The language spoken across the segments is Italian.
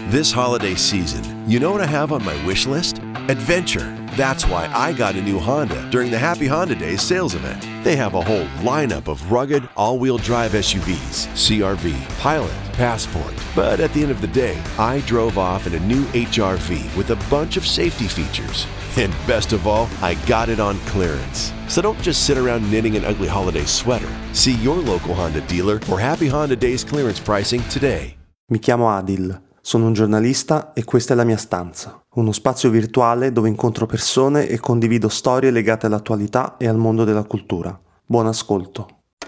This holiday season, you know what I have on my wish list? Adventure. That's why I got a new Honda during the Happy Honda Days sales event. They have a whole lineup of rugged, all-wheel drive SUVs, CR-V, Pilot, Passport. But at the end of the day, I drove off in a new HR-V with a bunch of safety features. And best of all, I got it on clearance. So don't just sit around knitting an ugly holiday sweater. See your local Honda dealer for Happy Honda Days clearance pricing today. Mi chiamo Adil, sono un giornalista e questa è la mia stanza, uno spazio virtuale dove incontro persone e condivido storie legate all'attualità e al mondo della cultura. Buon ascolto.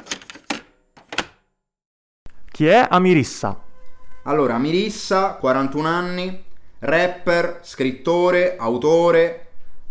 Chi è Amirissa? Allora, Amirissa, 41 anni, rapper, scrittore, autore,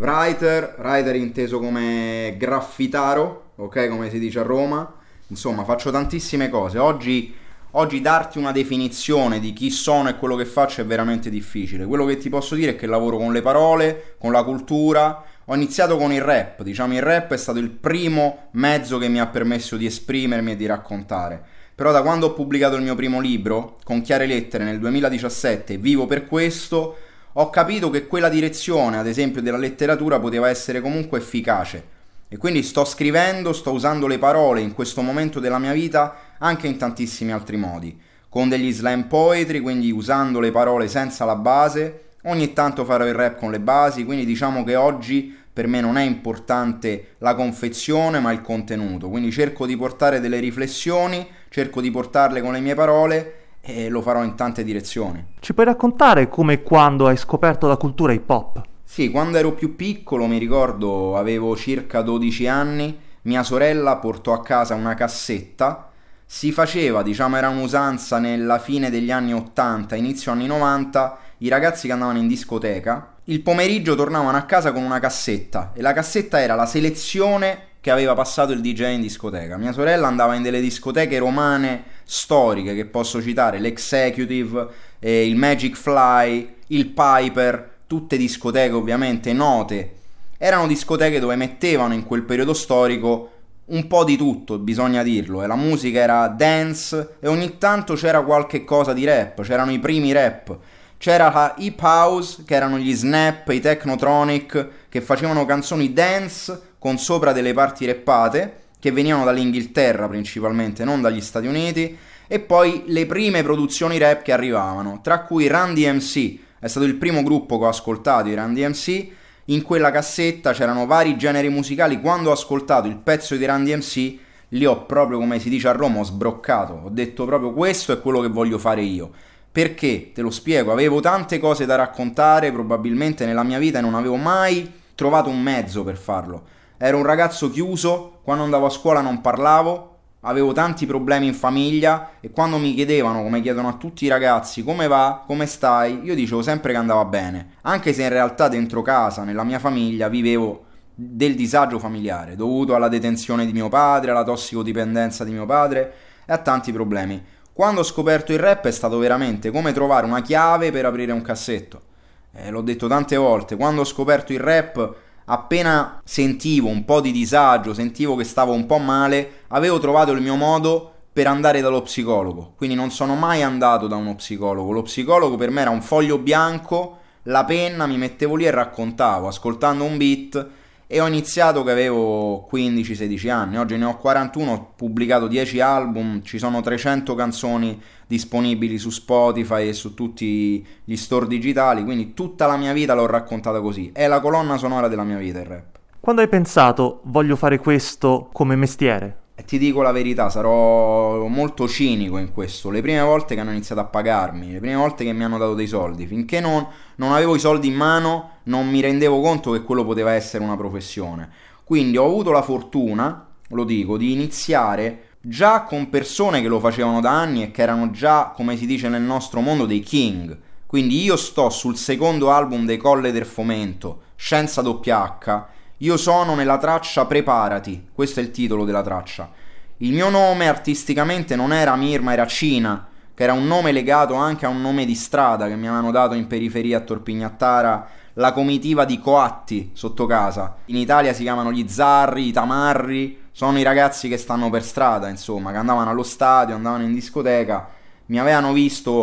writer inteso come graffitaro, ok, come si dice a Roma. Insomma, faccio tantissime cose. Oggi darti una definizione di chi sono e quello che faccio è veramente difficile. Quello che ti posso dire è che lavoro con le parole, con la cultura. Ho iniziato con il rap, diciamo il rap è stato il primo mezzo che mi ha permesso di esprimermi e di raccontare. Però da quando ho pubblicato il mio primo libro, Con chiare lettere, nel 2017, Vivo per questo, ho capito che quella direzione, ad esempio della letteratura, poteva essere comunque efficace. E quindi sto scrivendo, sto usando le parole in questo momento della mia vita anche in tantissimi altri modi, con degli slam poetry, quindi usando le parole senza la base. Ogni tanto farò il rap con le basi, quindi diciamo che oggi per me non è importante la confezione ma il contenuto, quindi cerco di portare delle riflessioni, cerco di portarle con le mie parole e lo farò in tante direzioni. Ci puoi raccontare come e quando hai scoperto la cultura hip hop? Sì, quando ero più piccolo, mi ricordo, avevo circa 12 anni, mia sorella portò a casa una cassetta, si faceva, diciamo era un'usanza nella fine degli anni 80, inizio anni 90, i ragazzi che andavano in discoteca, il pomeriggio tornavano a casa con una cassetta e la cassetta era la selezione che aveva passato il DJ in discoteca. Mia sorella andava in delle discoteche romane storiche che posso citare, l'Executive, il Magic Fly, il Piper, tutte discoteche ovviamente note. Erano discoteche dove mettevano in quel periodo storico un po' di tutto, bisogna dirlo, e la musica era dance e ogni tanto c'era qualche cosa di rap, c'erano i primi rap, c'era la hip house che erano gli snap, i technotronic che facevano canzoni dance con sopra delle parti rappate che venivano dall'Inghilterra principalmente, non dagli Stati Uniti, e poi le prime produzioni rap che arrivavano, tra cui Run DMC. È stato il primo gruppo che ho ascoltato, i Run DMC. In quella cassetta c'erano vari generi musicali. Quando ho ascoltato il pezzo di Run DMC, lì ho proprio, come si dice a Roma, ho sbroccato. Ho detto proprio questo è quello che voglio fare io. Perché? Te lo spiego. Avevo tante cose da raccontare, probabilmente nella mia vita, e non avevo mai trovato un mezzo per farlo. Ero un ragazzo chiuso, quando andavo a scuola non parlavo, avevo tanti problemi in famiglia e quando mi chiedevano, come chiedono a tutti i ragazzi, come va, come stai, io dicevo sempre che andava bene, anche se in realtà dentro casa, nella mia famiglia, vivevo del disagio familiare dovuto alla detenzione di mio padre, alla tossicodipendenza di mio padre e a tanti problemi. Quando ho scoperto il rap è stato veramente come trovare una chiave per aprire un cassetto. L'ho detto tante volte, quando ho scoperto il rap, appena sentivo un po' di disagio, sentivo che stavo un po' male, avevo trovato il mio modo per andare dallo psicologo. Quindi non sono mai andato da uno psicologo. Lo psicologo per me era un foglio bianco, la penna, mi mettevo lì e raccontavo, ascoltando un beat, e ho iniziato che avevo 15-16 anni. Oggi ne ho 41, ho pubblicato 10 album, ci sono 300 canzoni disponibili su Spotify e su tutti gli store digitali, quindi tutta la mia vita l'ho raccontata così. È la colonna sonora della mia vita il rap. Quando hai pensato voglio fare questo come mestiere? E ti dico la verità, sarò molto cinico in questo. Le prime volte che hanno iniziato a pagarmi, le prime volte che mi hanno dato dei soldi, finché non avevo i soldi in mano, non mi rendevo conto che quello poteva essere una professione. Quindi ho avuto la fortuna, lo dico, di iniziare già con persone che lo facevano da anni e che erano già, come si dice nel nostro mondo, dei king. Quindi io sto sul secondo album dei Colle del Fomento, Scienza H. Io sono nella traccia Preparati, questo è il titolo della traccia. Il mio nome artisticamente non era Amir ma era Cina, che era un nome legato anche a un nome di strada che mi avevano dato in periferia a Torpignattara la comitiva di Coatti sotto casa. In Italia si chiamano gli Zarri, i Tamarri, sono i ragazzi che stanno per strada, insomma, che andavano allo stadio, andavano in discoteca. Mi avevano visto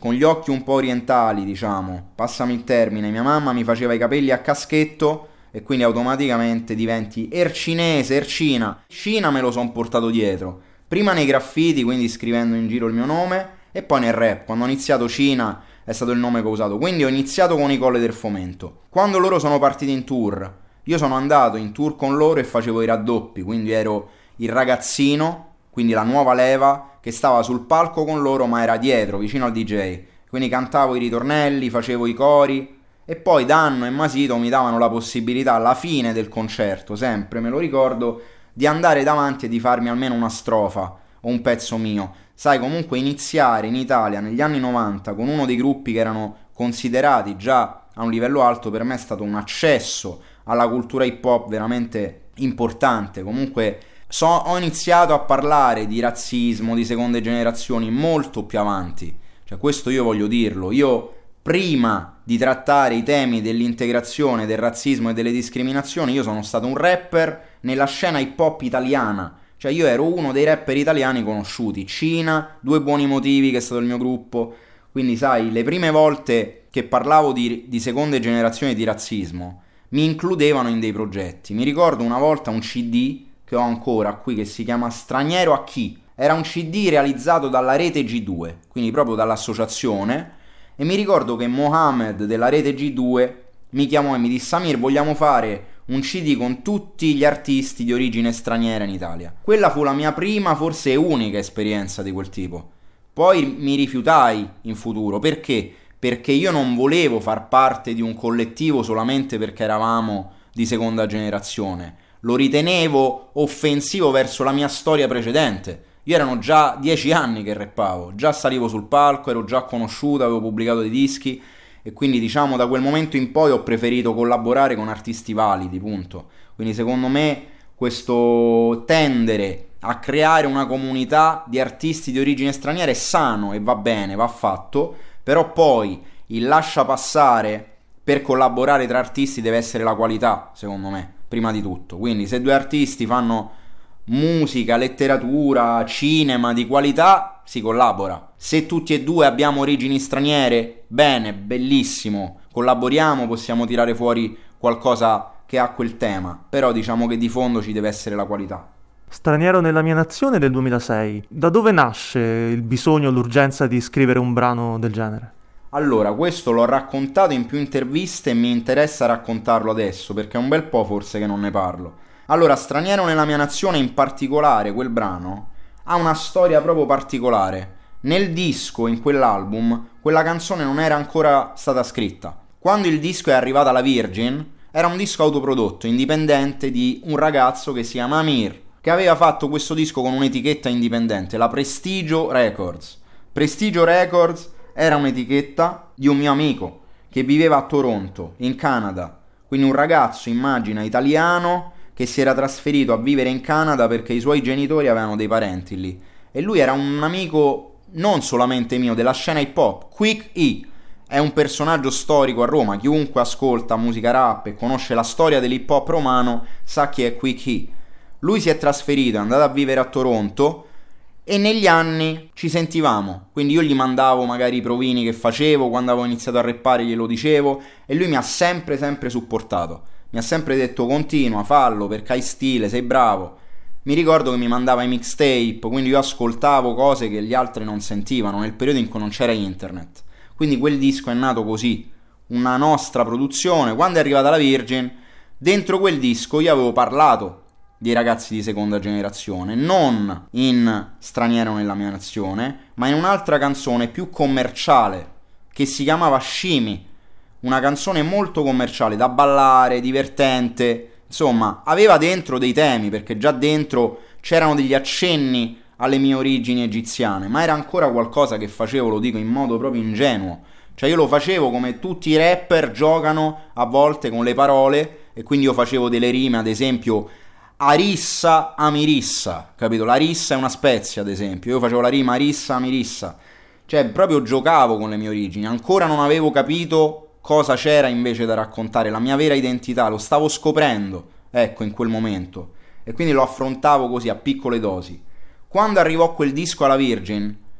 con gli occhi un po' orientali, diciamo, passami il termine, mia mamma mi faceva i capelli a caschetto e quindi automaticamente diventi ercinese, ercina. Cina me lo son portato dietro, prima nei graffiti, quindi scrivendo in giro il mio nome, e poi nel rap. Quando ho iniziato Cina è stato il nome che ho usato, quindi ho iniziato con i Colle del Fomento. Quando loro sono partiti in tour, io sono andato in tour con loro e facevo i raddoppi, quindi ero il ragazzino, quindi la nuova leva, che stava sul palco con loro ma era dietro, vicino al DJ. Quindi cantavo i ritornelli, facevo i cori, e poi Danno e Masito mi davano la possibilità alla fine del concerto, sempre me lo ricordo, di andare davanti e di farmi almeno una strofa o un pezzo mio. Sai, comunque iniziare in Italia negli anni 90 con uno dei gruppi che erano considerati già a un livello alto, per me è stato un accesso alla cultura hip hop veramente importante. Comunque ho iniziato a parlare di razzismo, di seconde generazioni molto più avanti, cioè questo io voglio dirlo. Io prima di trattare i temi dell'integrazione, del razzismo e delle discriminazioni, io sono stato un rapper nella scena hip hop italiana, cioè io ero uno dei rapper italiani conosciuti. Cina, Due Buoni Motivi, che è stato il mio gruppo. Quindi sai, le prime volte che parlavo di seconde generazioni di razzismo mi includevano in dei progetti. Mi ricordo una volta un CD che ho ancora qui, che si chiama Straniero a chi? Era un CD realizzato dalla Rete G2, quindi proprio dall'associazione, e mi ricordo che Mohamed della Rete G2 mi chiamò e mi disse: Samir, vogliamo fare un CD con tutti gli artisti di origine straniera in Italia. Quella fu la mia prima, forse unica esperienza di quel tipo. Poi mi rifiutai in futuro. Perché? Perché io non volevo far parte di un collettivo solamente perché eravamo di seconda generazione. Lo ritenevo offensivo verso la mia storia precedente. Io erano già 10 anni che rappavo, già salivo sul palco, ero già conosciuto, avevo pubblicato dei dischi, e quindi diciamo da quel momento in poi ho preferito collaborare con artisti validi, punto. Quindi secondo me questo tendere a creare una comunità di artisti di origine straniera è sano e va bene, va fatto, però poi il lascia passare per collaborare tra artisti deve essere la qualità, secondo me, prima di tutto. Quindi se due artisti fanno musica, letteratura, cinema di qualità, si collabora. Se tutti e due abbiamo origini straniere, bene, bellissimo, collaboriamo, possiamo tirare fuori qualcosa che ha quel tema, però diciamo che di fondo ci deve essere la qualità. Straniero nella mia nazione del 2006. Da dove nasce il bisogno, l'urgenza di scrivere un brano del genere? Allora, questo l'ho raccontato in più interviste e mi interessa raccontarlo adesso, perché è un bel po' forse che non ne parlo. Allora, Straniero nella mia nazione, in particolare quel brano, ha una storia proprio particolare. Nel disco, in quell'album, quella canzone non era ancora stata scritta. Quando il disco è arrivato alla Virgin, era un disco autoprodotto, indipendente, di un ragazzo che si chiama Amir, che aveva fatto questo disco con un'etichetta indipendente, la Prestigio Records. Prestigio Records era un'etichetta di un mio amico che viveva a Toronto, in Canada. Quindi un ragazzo, immagina, italiano, che si era trasferito a vivere in Canada perché i suoi genitori avevano dei parenti lì. E lui era un amico non solamente mio, della scena hip hop. Quick E è un personaggio storico a Roma. Chiunque ascolta musica rap e conosce la storia dell'hip hop romano sa chi è Quick E. Lui si è trasferito, è andato a vivere a Toronto e negli anni ci sentivamo. Quindi io gli mandavo magari i provini che facevo, quando avevo iniziato a rappare glielo dicevo, e lui mi ha sempre supportato. Mi ha sempre detto: continua, fallo perché hai stile, sei bravo. Mi ricordo che mi mandava i mixtape, quindi io ascoltavo cose che gli altri non sentivano nel periodo in cui non c'era internet. Quindi quel disco è nato così, una nostra produzione. Quando è arrivata la Virgin, dentro quel disco io avevo parlato dei ragazzi di seconda generazione, non in Straniero nella mia nazione, ma in un'altra canzone più commerciale che si chiamava Scimi. Una canzone molto commerciale, da ballare, divertente, insomma, aveva dentro dei temi, perché già dentro c'erano degli accenni alle mie origini egiziane, ma era ancora qualcosa che facevo, lo dico in modo proprio ingenuo. Cioè io lo facevo come tutti i rapper giocano a volte con le parole, e quindi io facevo delle rime, ad esempio Arissa Amirissa, capito? La rissa è una spezia, ad esempio, io facevo la rima Arissa Amirissa, cioè proprio giocavo con le mie origini, ancora non avevo capito cosa c'era invece da raccontare, la mia vera identità, lo stavo scoprendo, ecco, in quel momento, e quindi lo affrontavo così a piccole dosi. Quando arrivò quel disco alla Virgin,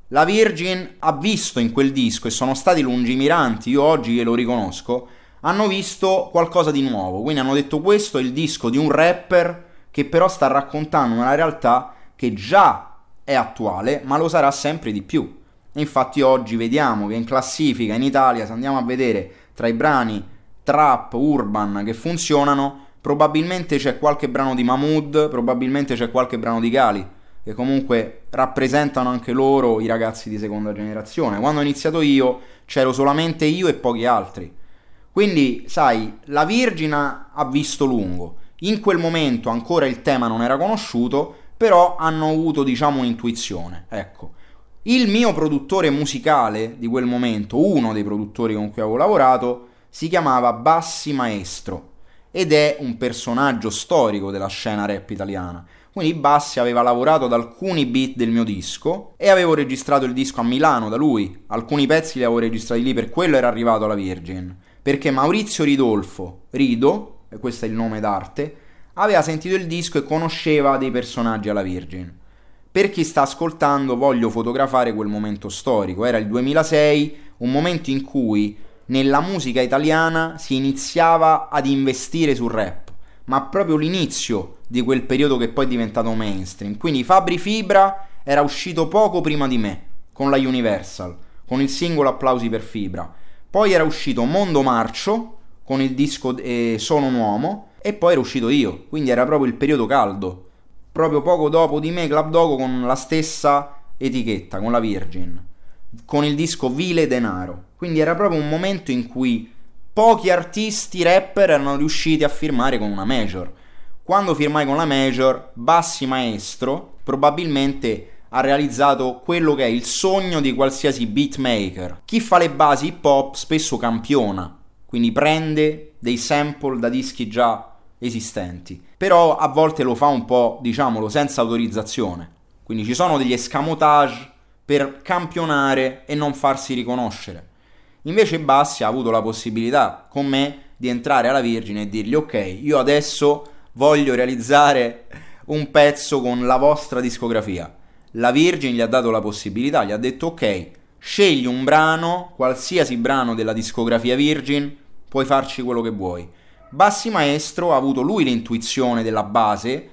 La Virgin ha visto in quel disco, e sono stati lungimiranti, io oggi glielo riconosco, hanno visto qualcosa di nuovo, quindi hanno detto questo è il disco di un rapper che però sta raccontando una realtà che già è attuale, ma lo sarà sempre di più. E infatti oggi vediamo che in classifica in Italia, se andiamo a vedere tra i brani trap, urban che funzionano, probabilmente c'è qualche brano di Mahmood, probabilmente c'è qualche brano di Gali, che comunque rappresentano anche loro i ragazzi di seconda generazione. Quando ho iniziato io c'ero solamente io e pochi altri. Quindi, sai, la Virgina ha visto lungo. In quel momento ancora il tema non era conosciuto, però hanno avuto, diciamo, un'intuizione. Ecco. Il mio produttore musicale di quel momento, uno dei produttori con cui avevo lavorato, si chiamava Bassi Maestro ed è un personaggio storico della scena rap italiana. Quindi Bassi aveva lavorato ad alcuni beat del mio disco e avevo registrato il disco a Milano da lui. Alcuni pezzi li avevo registrati lì, per quello era arrivato alla Virgin. Perché Maurizio Ridolfo, Rido, e questo è il nome d'arte, aveva sentito il disco e conosceva dei personaggi alla Virgin. Per chi sta ascoltando voglio fotografare quel momento storico. Era il 2006, un momento in cui nella musica italiana si iniziava ad investire sul rap, ma proprio l'inizio di quel periodo che poi è diventato mainstream. Quindi Fabri Fibra era uscito poco prima di me con la Universal, con il singolo Applausi per Fibra. Poi era uscito Mondo Marcio con il disco Sono un uomo, e poi era uscito io, quindi era proprio il periodo caldo. Proprio poco dopo di me Club Dogo con la stessa etichetta, con la Virgin, con il disco Vile Denaro. Quindi era proprio un momento in cui pochi artisti rapper erano riusciti a firmare con una major. Quando firmai con la major, Bassi Maestro probabilmente ha realizzato quello che è il sogno di qualsiasi beatmaker. Chi fa le basi hip hop spesso campiona, quindi prende dei sample da dischi già esistenti, però a volte lo fa un po', diciamolo, senza autorizzazione. Quindi ci sono degli escamotage per campionare e non farsi riconoscere. Invece Bassi ha avuto la possibilità con me di entrare alla Virgin e dirgli ok, io adesso voglio realizzare un pezzo con la vostra discografia. La Virgin gli ha dato la possibilità, gli ha detto ok, scegli un brano, qualsiasi brano della discografia Virgin, puoi farci quello che vuoi. Bassi Maestro ha avuto lui l'intuizione della base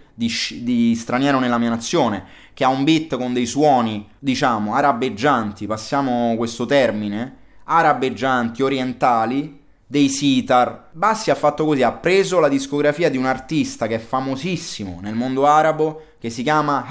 di Straniero nella mia nazione, che ha un beat con dei suoni, diciamo, arabeggianti, passiamo questo termine, arabeggianti, orientali, dei sitar. Bassi ha fatto così, ha preso la discografia di un artista che è famosissimo nel mondo arabo, che si chiama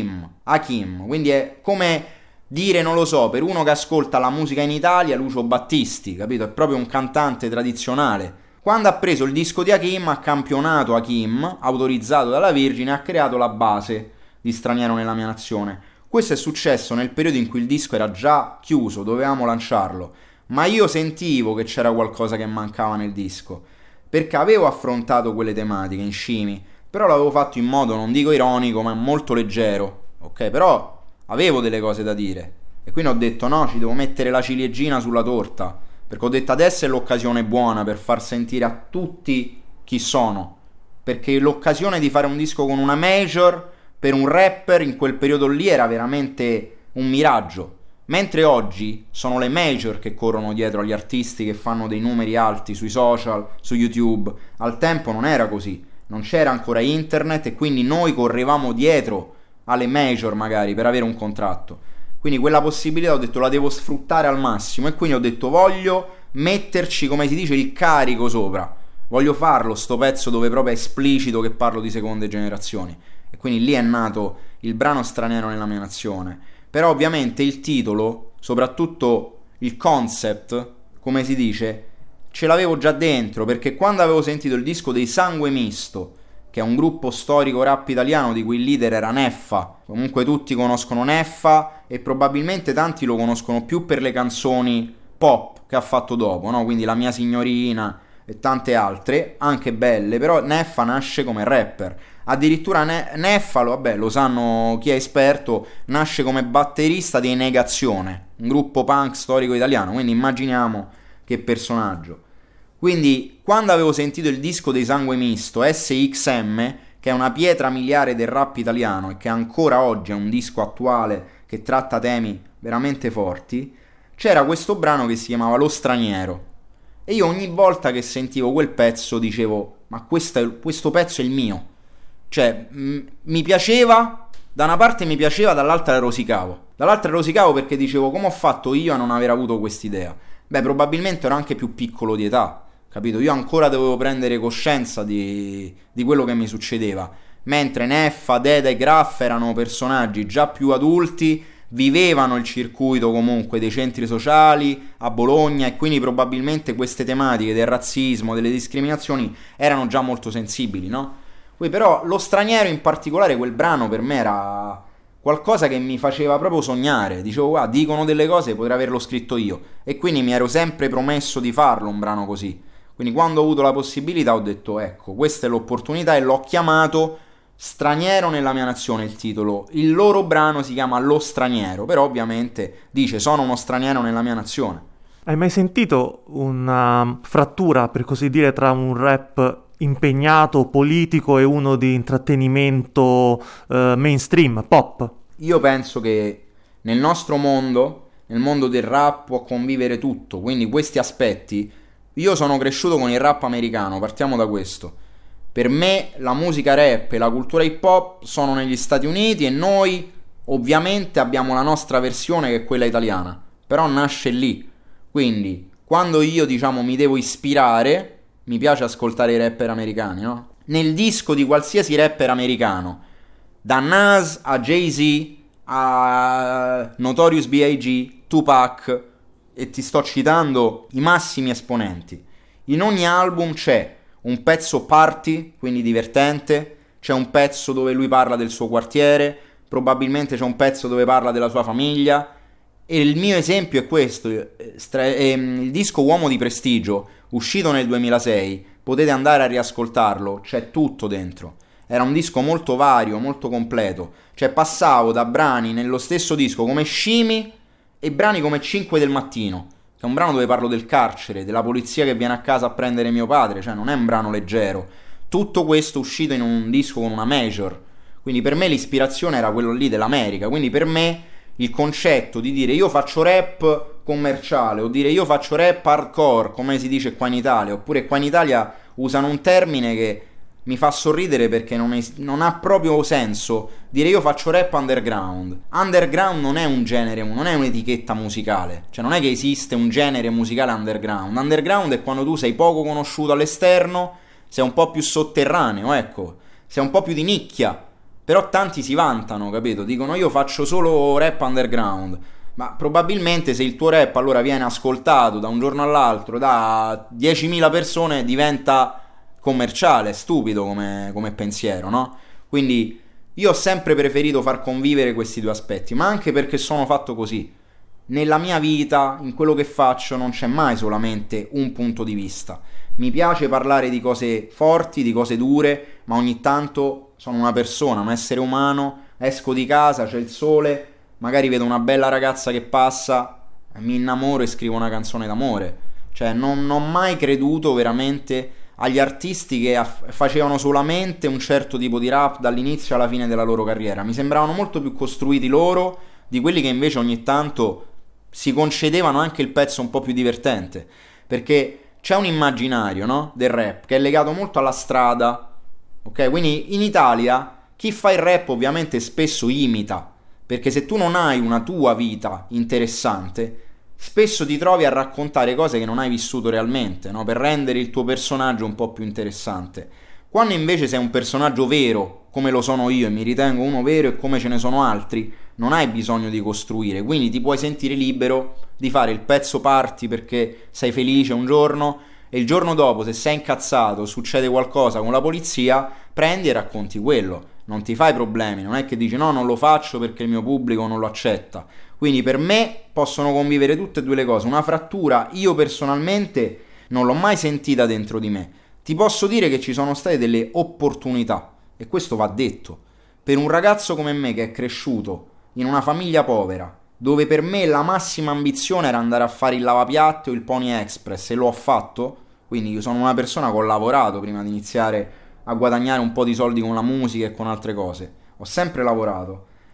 Hakim, quindi è come dire, non lo so, per uno che ascolta la musica in Italia, Lucio Battisti, capito? È proprio un cantante tradizionale. Quando ha preso il disco di Hakim, ha campionato Hakim, autorizzato dalla Virgin, e ha creato la base di Straniero nella mia nazione. Questo è successo nel periodo in cui il disco era già chiuso, dovevamo lanciarlo, ma io sentivo che c'era qualcosa che mancava nel disco, perché avevo affrontato quelle tematiche in Scimi, però l'avevo fatto in modo, non dico ironico, ma molto leggero, ok? Però avevo delle cose da dire, e quindi ho detto no, ci devo mettere la ciliegina sulla torta, perché ho detto adesso è l'occasione buona per far sentire a tutti chi sono, perché l'occasione di fare un disco con una major per un rapper in quel periodo lì era veramente un miraggio, mentre oggi sono le major che corrono dietro agli artisti che fanno dei numeri alti sui social, su YouTube. Al tempo non era così, non c'era ancora internet e quindi noi correvamo dietro alle major magari per avere un contratto. Quindi quella possibilità ho detto la devo sfruttare al massimo, e quindi ho detto voglio metterci, come si dice, il carico sopra, voglio farlo sto pezzo dove proprio è esplicito che parlo di seconde generazioni, e quindi lì è nato il brano Straniero nella mia nazione. Però ovviamente il titolo, soprattutto il concept, come si dice, ce l'avevo già dentro, perché quando avevo sentito il disco dei Sangue Misto, che è un gruppo storico rap italiano di cui il leader era Neffa. Comunque tutti conoscono Neffa e probabilmente tanti lo conoscono più per le canzoni pop che ha fatto dopo, no? Quindi La mia signorina e tante altre, anche belle, però Neffa nasce come rapper. Addirittura Neffa, vabbè, lo sanno chi è esperto, nasce come batterista dei Negazione, un gruppo punk storico italiano, quindi immaginiamo che personaggio. Quindi quando avevo sentito il disco dei Sangue Misto, SXM, che è una pietra miliare del rap italiano e che ancora oggi è un disco attuale che tratta temi veramente forti, c'era questo brano che si chiamava Lo Straniero. E io ogni volta che sentivo quel pezzo dicevo, ma questo pezzo è il mio. Cioè, mi piaceva, da una parte mi piaceva, dall'altra rosicavo. Dall'altra rosicavo perché dicevo, come ho fatto io a non aver avuto quest'idea? Beh, probabilmente ero anche più piccolo di età, capito? Io ancora dovevo prendere coscienza di quello che mi succedeva. Mentre Neffa, Deda e Graff erano personaggi già più adulti, vivevano il circuito comunque dei centri sociali a Bologna e quindi probabilmente queste tematiche del razzismo, delle discriminazioni erano già molto sensibili, no? Poi però Lo Straniero in particolare, quel brano per me era qualcosa che mi faceva proprio sognare. Dicevo, guarda, dicono delle cose, potrei averlo scritto io. E quindi mi ero sempre promesso di farlo un brano così. Quindi quando ho avuto la possibilità ho detto, ecco, questa è l'opportunità, e l'ho chiamato Straniero nella mia nazione, il titolo. Il loro brano si chiama Lo Straniero, però ovviamente dice sono uno straniero nella mia nazione. Hai mai sentito una frattura, per così dire, tra un rap impegnato, politico e uno di intrattenimento mainstream, pop? Io penso che nel nostro mondo, nel mondo del rap, può convivere tutto, quindi questi aspetti. Io sono cresciuto con il rap americano, partiamo da questo. Per me la musica rap e la cultura hip hop sono negli Stati Uniti e noi ovviamente abbiamo la nostra versione che è quella italiana, però nasce lì. Quindi quando io mi devo ispirare, mi piace ascoltare i rapper americani, no? Nel disco di qualsiasi rapper americano, da Nas a Jay-Z a Notorious B.I.G., Tupac, e ti sto citando i massimi esponenti, in ogni album c'è un pezzo party, quindi divertente, c'è un pezzo dove lui parla del suo quartiere, probabilmente c'è un pezzo dove parla della sua famiglia, e il mio esempio è questo, il disco Uomo di Prestigio, uscito nel 2006, potete andare a riascoltarlo, c'è tutto dentro. Era un disco molto vario, molto completo, cioè passavo da brani nello stesso disco come Scimi e brani come 5 del mattino, che è un brano dove parlo del carcere, della polizia che viene a casa a prendere mio padre, cioè non è un brano leggero. Tutto questo uscito in un disco con una major, quindi per me l'ispirazione era quello lì dell'America, quindi per me il concetto di dire io faccio rap commerciale o dire io faccio rap hardcore, come si dice qua in Italia, oppure qua in Italia usano un termine che mi fa sorridere perché non ha proprio senso dire io faccio rap underground. Underground non è un genere, non è un'etichetta musicale, cioè non è che esiste un genere musicale underground. Underground è quando tu sei poco conosciuto all'esterno, sei un po' più sotterraneo, ecco, sei un po' più di nicchia, però tanti si vantano, capito? Dicono io faccio solo rap underground, ma probabilmente se il tuo rap allora viene ascoltato da un giorno all'altro da 10.000 persone diventa commerciale, stupido come pensiero, no? Quindi io ho sempre preferito far convivere questi due aspetti, ma anche perché sono fatto così. Nella mia vita, in quello che faccio, non c'è mai solamente un punto di vista. Mi piace parlare di cose forti, di cose dure, ma ogni tanto sono una persona, un essere umano, esco di casa, c'è il sole, magari vedo una bella ragazza che passa, mi innamoro e scrivo una canzone d'amore. Cioè non ho mai creduto veramente agli artisti che facevano solamente un certo tipo di rap dall'inizio alla fine della loro carriera. Mi sembravano molto più costruiti loro di quelli che invece ogni tanto si concedevano anche il pezzo un po' più divertente, perché c'è un immaginario, no, del rap che è legato molto alla strada, ok? Quindi in Italia chi fa il rap ovviamente spesso imita, perché se tu non hai una tua vita interessante spesso ti trovi a raccontare cose che non hai vissuto realmente, no? Per rendere il tuo personaggio un po' più interessante. Quando invece sei un personaggio vero, come lo sono io e mi ritengo uno vero e come ce ne sono altri, non hai bisogno di costruire, quindi ti puoi sentire libero di fare il pezzo party perché sei felice un giorno e il giorno dopo, se sei incazzato, succede qualcosa con la polizia, prendi e racconti quello. Non ti fai problemi, non è che dici no, non lo faccio perché il mio pubblico non lo accetta. Quindi per me possono convivere tutte e due le cose. Una frattura io personalmente non l'ho mai sentita dentro di me. Ti posso dire che ci sono state delle opportunità, e questo va detto. Per un ragazzo come me che è cresciuto in una famiglia povera, dove per me la massima ambizione era andare a fare il lavapiatti o il Pony Express, e lo ho fatto, quindi io sono una persona che ho lavorato prima di iniziare a guadagnare un po' di soldi con la musica e con altre cose. Ho sempre lavorato.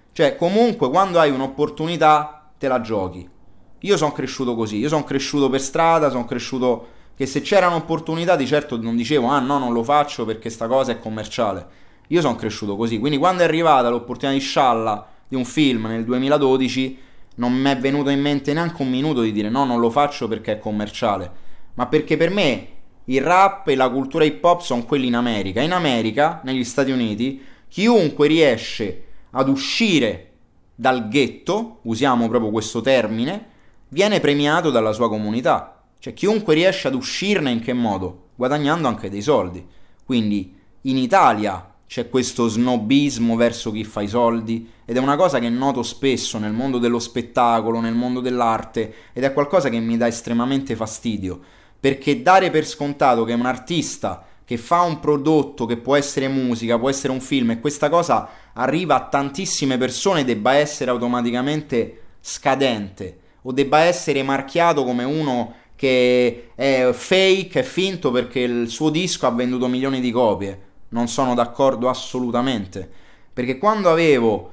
Cioè, comunque, quando hai un'opportunità, te la giochi. Io sono cresciuto così, io sono cresciuto per strada, sono cresciuto che se c'era un'opportunità di certo non dicevo, ah no, non lo faccio perché sta cosa è commerciale. Io sono cresciuto così, quindi quando è arrivata l'opportunità di scialla di un film nel 2012, non mi è venuto in mente neanche un minuto di dire no, non lo faccio perché è commerciale, ma perché per me il rap e la cultura hip hop sono quelli in America. In America, negli Stati Uniti, chiunque riesce ad uscire dal ghetto, usiamo proprio questo termine, viene premiato dalla sua comunità. Cioè chiunque riesce ad uscirne in che modo? Guadagnando anche dei soldi. Quindi in Italia c'è questo snobismo verso chi fa i soldi ed è una cosa che noto spesso nel mondo dello spettacolo, nel mondo dell'arte, ed è qualcosa che mi dà estremamente fastidio, perché dare per scontato che un artista che fa un prodotto che può essere musica, può essere un film, e questa cosa arriva a tantissime persone, debba essere automaticamente scadente o debba essere marchiato come uno che è fake, è finto perché il suo disco ha venduto milioni di copie. Non sono d'accordo assolutamente, perché quando avevo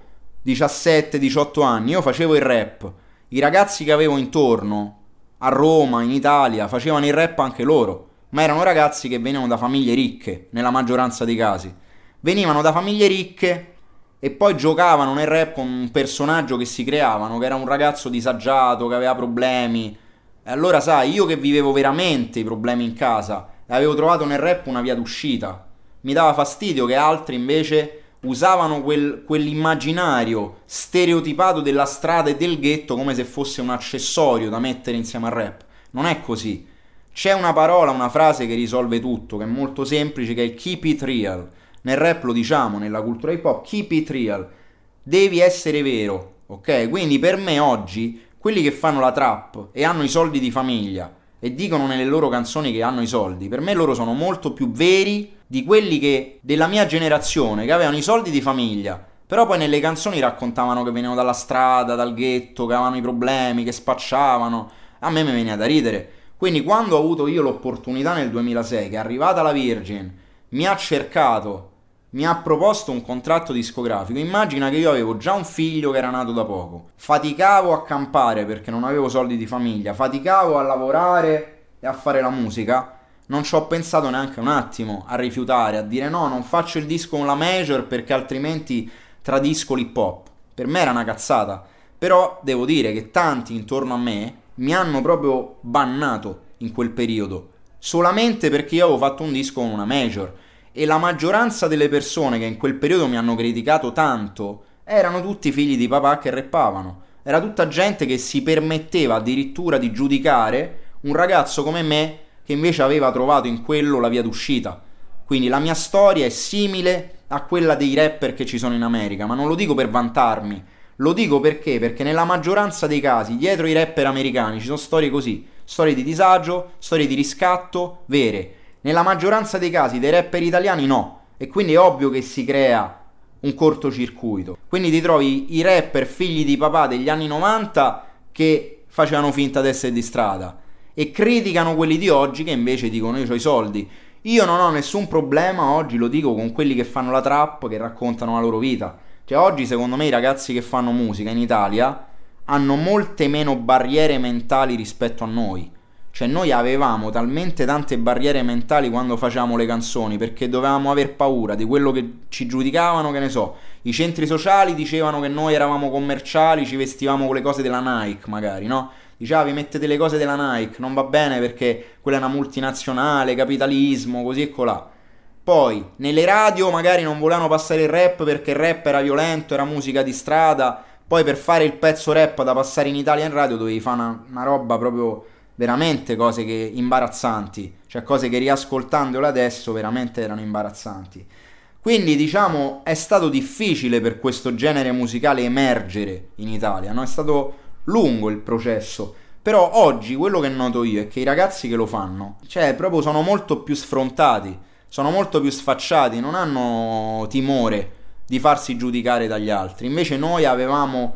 17-18 anni io facevo il rap, i ragazzi che avevo intorno a Roma, in Italia, facevano il rap anche loro, ma erano ragazzi che venivano da famiglie ricche, nella maggioranza dei casi. Venivano da famiglie ricche e poi giocavano nel rap con un personaggio che si creavano, che era un ragazzo disagiato, che aveva problemi. E allora sai, io che vivevo veramente i problemi in casa, avevo trovato nel rap una via d'uscita. Mi dava fastidio che altri invece usavano quell'immaginario stereotipato della strada e del ghetto come se fosse un accessorio da mettere insieme al rap. Non è così. C'è una parola, una frase che risolve tutto, che è molto semplice, che è il keep it real. Nel rap lo diciamo, nella cultura hip hop, keep it real. Devi essere vero, ok? Quindi per me oggi, quelli che fanno la trap e hanno i soldi di famiglia e dicono nelle loro canzoni che hanno i soldi, per me loro sono molto più veri di quelli che della mia generazione, che avevano i soldi di famiglia, però poi nelle canzoni raccontavano che venivano dalla strada, dal ghetto, che avevano i problemi, che spacciavano. A me mi veniva da ridere. Quindi quando ho avuto io l'opportunità nel 2006, che è arrivata la Virgin, mi ha cercato, mi ha proposto un contratto discografico, immagina che io avevo già un figlio che era nato da poco, faticavo a campare perché non avevo soldi di famiglia, faticavo a lavorare e a fare la musica. Non ci ho pensato neanche un attimo a rifiutare, a dire no, non faccio il disco con la major perché altrimenti tradisco l'hip hop. Per me era una cazzata, però devo dire che tanti intorno a me mi hanno proprio bannato in quel periodo, solamente perché io avevo fatto un disco con una major, e la maggioranza delle persone che in quel periodo mi hanno criticato tanto erano tutti figli di papà che rappavano. Era tutta gente che si permetteva addirittura di giudicare un ragazzo come me che invece aveva trovato in quello la via d'uscita. Quindi la mia storia è simile a quella dei rapper che ci sono in America, ma non lo dico per vantarmi, lo dico perché nella maggioranza dei casi dietro i rapper americani ci sono storie così, storie di disagio, storie di riscatto vere. Nella maggioranza dei casi dei rapper italiani no, e quindi è ovvio che si crea un cortocircuito. Quindi ti trovi i rapper figli di papà degli anni 90 che facevano finta di essere di strada e criticano quelli di oggi che invece dicono io ho i soldi. Io non ho nessun problema, oggi lo dico, con quelli che fanno la trap, che raccontano la loro vita. Cioè oggi secondo me i ragazzi che fanno musica in Italia hanno molte meno barriere mentali rispetto a noi. Cioè noi avevamo talmente tante barriere mentali quando facevamo le canzoni, perché dovevamo aver paura di quello che ci giudicavano, che ne so, i centri sociali dicevano che noi eravamo commerciali, ci vestivamo con le cose della Nike magari, no? Diceva vi mettete le cose della Nike, non va bene perché quella è una multinazionale, capitalismo, così e colà. Poi nelle radio magari non volevano passare il rap perché il rap era violento, era musica di strada. Poi per fare il pezzo rap da passare in Italia in radio dovevi fare una roba proprio veramente cose che imbarazzanti, cioè cose che riascoltandole adesso veramente erano imbarazzanti. Quindi diciamo è stato difficile per questo genere musicale emergere in Italia, no? È stato lungo il processo, però oggi quello che noto io è che i ragazzi che lo fanno, cioè proprio sono molto più sfrontati, sono molto più sfacciati, non hanno timore di farsi giudicare dagli altri. Invece noi avevamo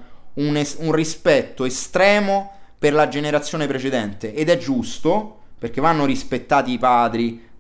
un rispetto estremo per la generazione precedente, ed è giusto, perché vanno rispettati i padri,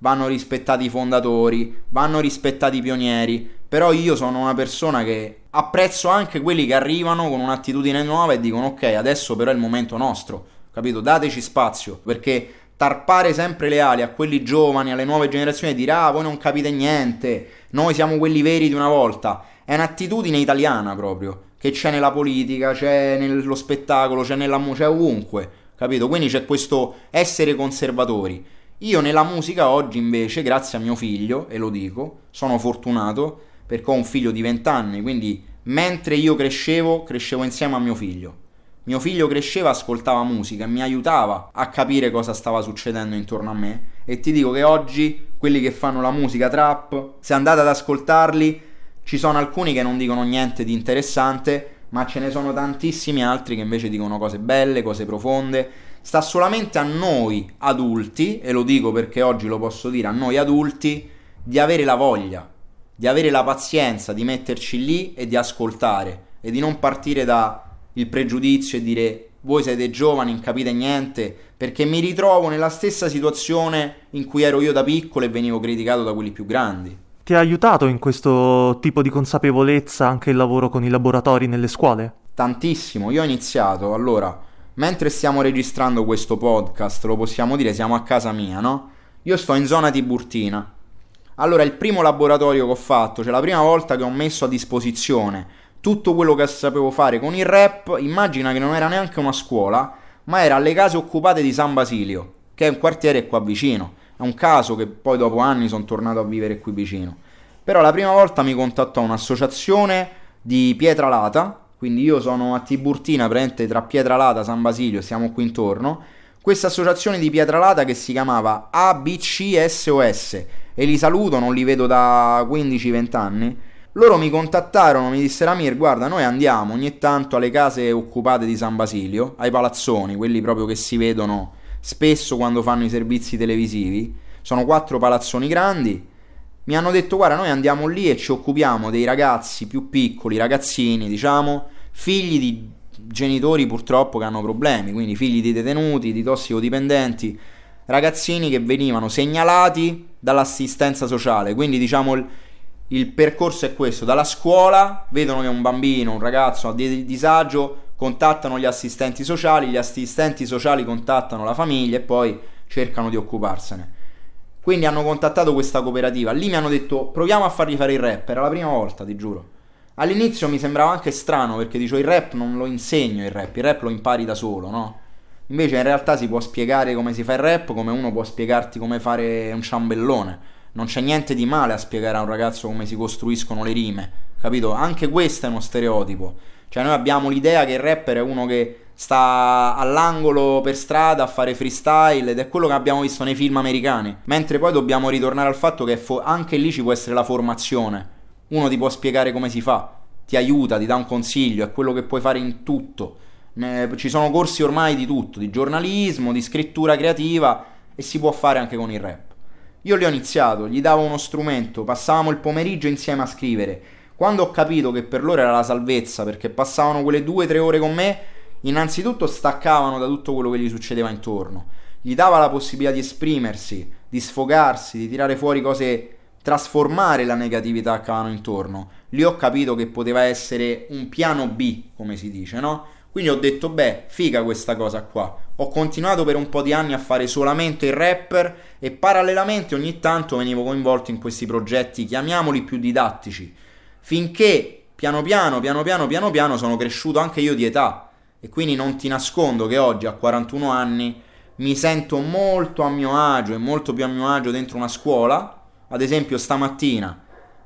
vanno rispettati i fondatori, vanno rispettati i pionieri, però io sono una persona che apprezzo anche quelli che arrivano con un'attitudine nuova e dicono ok, adesso però è il momento nostro, capito? Dateci spazio, perché tarpare sempre le ali a quelli giovani, alle nuove generazioni e dire ah, voi non capite niente, noi siamo quelli veri di una volta, è un'attitudine italiana proprio, che c'è nella politica, c'è nello spettacolo, c'è nella c'è ovunque, capito? Quindi c'è questo essere conservatori. Io nella musica oggi invece, grazie a mio figlio, e lo dico, sono fortunato perché ho un figlio di 20 anni, quindi mentre io crescevo insieme a mio figlio. Mio figlio cresceva, ascoltava musica e mi aiutava a capire cosa stava succedendo intorno a me. E ti dico che oggi quelli che fanno la musica trap, se andate ad ascoltarli, ci sono alcuni che non dicono niente di interessante, ma ce ne sono tantissimi altri che invece dicono cose belle, cose profonde. Sta solamente a noi adulti, e lo dico perché oggi lo posso dire, a noi adulti, di avere la voglia, di avere la pazienza, di metterci lì e di ascoltare e di non partire da il pregiudizio e dire voi siete giovani, non capite niente, perché mi ritrovo nella stessa situazione in cui ero io da piccolo e venivo criticato da quelli più grandi. Ti ha aiutato in questo tipo di consapevolezza anche il lavoro con i laboratori nelle scuole? Tantissimo, io ho iniziato, allora, mentre stiamo registrando questo podcast, lo possiamo dire, siamo a casa mia, no? Io sto in zona Tiburtina. Allora, il primo laboratorio che ho fatto, cioè la prima volta che ho messo a disposizione tutto quello che sapevo fare con il rap, immagina che non era neanche una scuola, ma era alle case occupate di San Basilio, che è un quartiere qua vicino. È un caso che poi dopo anni sono tornato a vivere qui vicino. Però la prima volta mi contattò un'associazione di Pietralata, quindi io sono a Tiburtina, praticamente tra Pietralata e San Basilio, siamo qui intorno. Questa associazione di Pietralata che si chiamava ABCSOS, e li saluto, non li vedo da 15-20 anni. Loro mi contattarono, mi dissero Amir, guarda, noi andiamo ogni tanto alle case occupate di San Basilio, ai palazzoni, quelli proprio che si vedono spesso quando fanno i servizi televisivi. Sono 4 palazzoni grandi. Mi hanno detto guarda, noi andiamo lì e ci occupiamo dei ragazzi più piccoli, ragazzini diciamo, figli di genitori purtroppo che hanno problemi, quindi figli di detenuti, di tossicodipendenti, ragazzini che venivano segnalati dall'assistenza sociale. Quindi diciamo il percorso è questo: dalla scuola vedono che un bambino, un ragazzo ha disagio, contattano gli assistenti sociali contattano la famiglia e poi cercano di occuparsene. Quindi hanno contattato questa cooperativa, lì mi hanno detto proviamo a fargli fare il rap, era la prima volta, ti giuro. All'inizio mi sembrava anche strano perché dicevo il rap non lo insegno, il rap lo impari da solo, no? Invece in realtà si può spiegare come si fa il rap come uno può spiegarti come fare un ciambellone. Non c'è niente di male a spiegare a un ragazzo come si costruiscono le rime, capito? Anche questo è uno stereotipo. Cioè noi abbiamo l'idea che il rapper è uno che sta all'angolo per strada a fare freestyle ed è quello che abbiamo visto nei film americani. Mentre poi dobbiamo ritornare al fatto che anche lì ci può essere la formazione. Uno ti può spiegare come si fa, ti aiuta, ti dà un consiglio, è quello che puoi fare in tutto. Ci sono corsi ormai di tutto, di giornalismo, di scrittura creativa e si può fare anche con il rap. Io li ho iniziato, gli davo uno strumento, passavamo il pomeriggio insieme a scrivere. Quando ho capito che per loro era la salvezza, perché passavano quelle 2-3 ore con me, innanzitutto staccavano da tutto quello che gli succedeva intorno. Gli dava la possibilità di esprimersi, di sfogarsi, di tirare fuori cose, trasformare la negatività che avevano intorno. Lì ho capito che poteva essere un piano B, come si dice, no? Quindi ho detto, beh, figa questa cosa qua. Ho continuato per un po' di anni a fare solamente il rapper e parallelamente ogni tanto venivo coinvolto in questi progetti, chiamiamoli più didattici, finché piano piano sono cresciuto anche io di età. E quindi non ti nascondo che oggi a 41 anni mi sento molto a mio agio e molto più a mio agio dentro una scuola. Ad esempio stamattina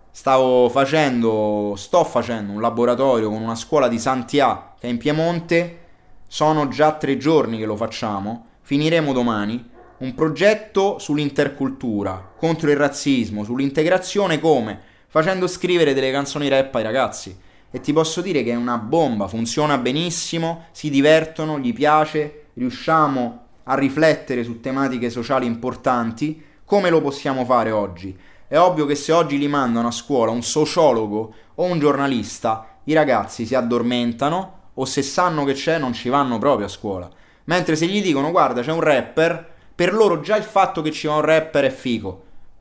sto facendo un laboratorio con una scuola di Santià che è in Piemonte. Sono già 3 giorni che lo facciamo, finiremo domani. Un progetto sull'intercultura, contro il razzismo, sull'integrazione, come? Facendo scrivere delle canzoni rap ai ragazzi. E ti posso dire che è una bomba, funziona benissimo, si divertono, gli piace, riusciamo a riflettere su tematiche sociali importanti. Come lo possiamo fare oggi? È ovvio che se oggi li mandano a scuola un sociologo o un giornalista, i ragazzi si addormentano o se sanno che c'è non ci vanno proprio a scuola. Mentre se gli dicono guarda c'è un rapper, per loro già il fatto che ci va un rapper è figo.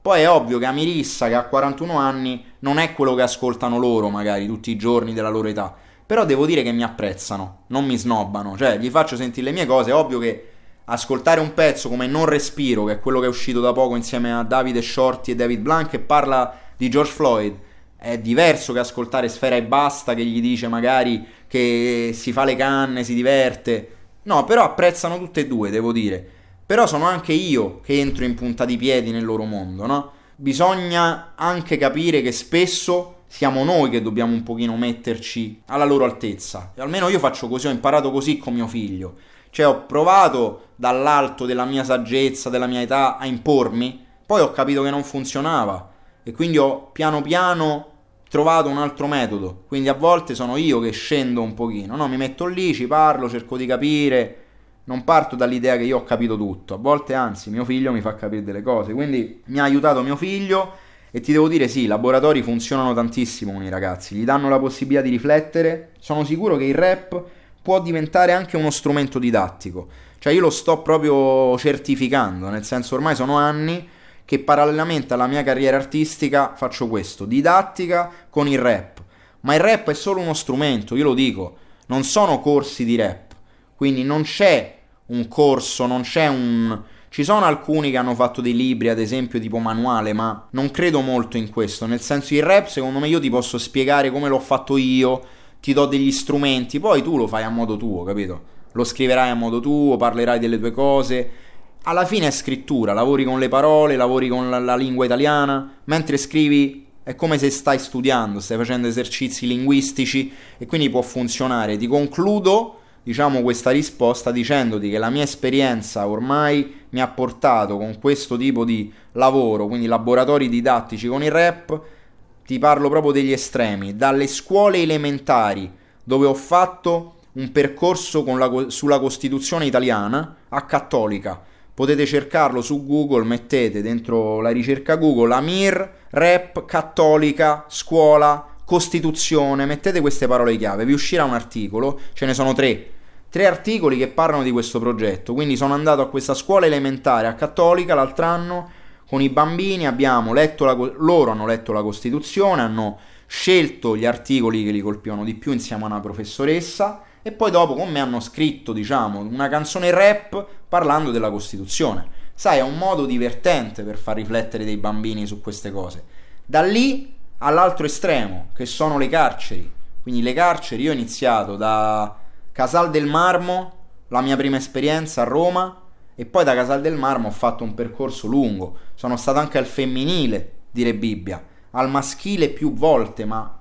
Poi è ovvio che Amirissa, che ha 41 anni, non è quello che ascoltano loro magari tutti i giorni della loro età, però devo dire che mi apprezzano, non mi snobbano, cioè gli faccio sentire le mie cose. È ovvio che ascoltare un pezzo come Non Respiro, che è quello che è uscito da poco insieme a Davide Shorty e David Blanc, e parla di George Floyd, è diverso che ascoltare Sfera Ebbasta che gli dice magari che si fa le canne, si diverte. No, però apprezzano tutte e due, devo dire. Però sono anche io che entro in punta di piedi nel loro mondo, no? Bisogna anche capire che spesso siamo noi che dobbiamo un pochino metterci alla loro altezza. E almeno io faccio così, ho imparato così con mio figlio. Cioè ho provato dall'alto della mia saggezza, della mia età a impormi, poi ho capito che non funzionava e quindi ho piano piano trovato un altro metodo. Quindi a volte sono io che scendo un pochino, no? Mi metto lì, ci parlo, cerco di capire. Non parto dall'idea che io ho capito tutto, a volte anzi mio figlio mi fa capire delle cose, quindi mi ha aiutato mio figlio e ti devo dire sì, i laboratori funzionano tantissimo con i ragazzi, gli danno la possibilità di riflettere. Sono sicuro che il rap può diventare anche uno strumento didattico, cioè io lo sto proprio certificando, nel senso ormai sono anni che parallelamente alla mia carriera artistica faccio questo, didattica con il rap, ma il rap è solo uno strumento, io lo dico, non sono corsi di rap. Quindi non c'è un corso, non c'è un... Ci sono alcuni che hanno fatto dei libri, ad esempio tipo manuale, ma non credo molto in questo. Nel senso, il rap, secondo me, io ti posso spiegare come l'ho fatto io, ti do degli strumenti, poi tu lo fai a modo tuo, capito? Lo scriverai a modo tuo, parlerai delle tue cose. Alla fine è scrittura, lavori con le parole, lavori con la lingua italiana, mentre scrivi è come se stai studiando, stai facendo esercizi linguistici e quindi può funzionare. Ti concludo, diciamo, questa risposta dicendoti che la mia esperienza ormai mi ha portato con questo tipo di lavoro, quindi laboratori didattici con il rap, ti parlo proprio degli estremi, dalle scuole elementari dove ho fatto un percorso sulla Costituzione italiana a Cattolica. Potete cercarlo su Google, mettete dentro la ricerca Google Amir, rap, Cattolica, scuola, Costituzione, mettete queste parole chiave, vi uscirà un articolo, ce ne sono tre articoli che parlano di questo progetto. Quindi sono andato a questa scuola elementare a Cattolica l'altro anno con i bambini, abbiamo letto loro hanno letto la Costituzione, hanno scelto gli articoli che li colpivano di più insieme a una professoressa e poi dopo con me hanno scritto, diciamo, una canzone rap parlando della Costituzione. Sai, è un modo divertente per far riflettere dei bambini su queste cose. Da lì all'altro estremo, che sono le carceri. Quindi le carceri, io ho iniziato da Casal del Marmo, la mia prima esperienza a Roma, e poi da Casal del Marmo ho fatto un percorso lungo. Sono stato anche al femminile di Re Bibbia, al maschile più volte, ma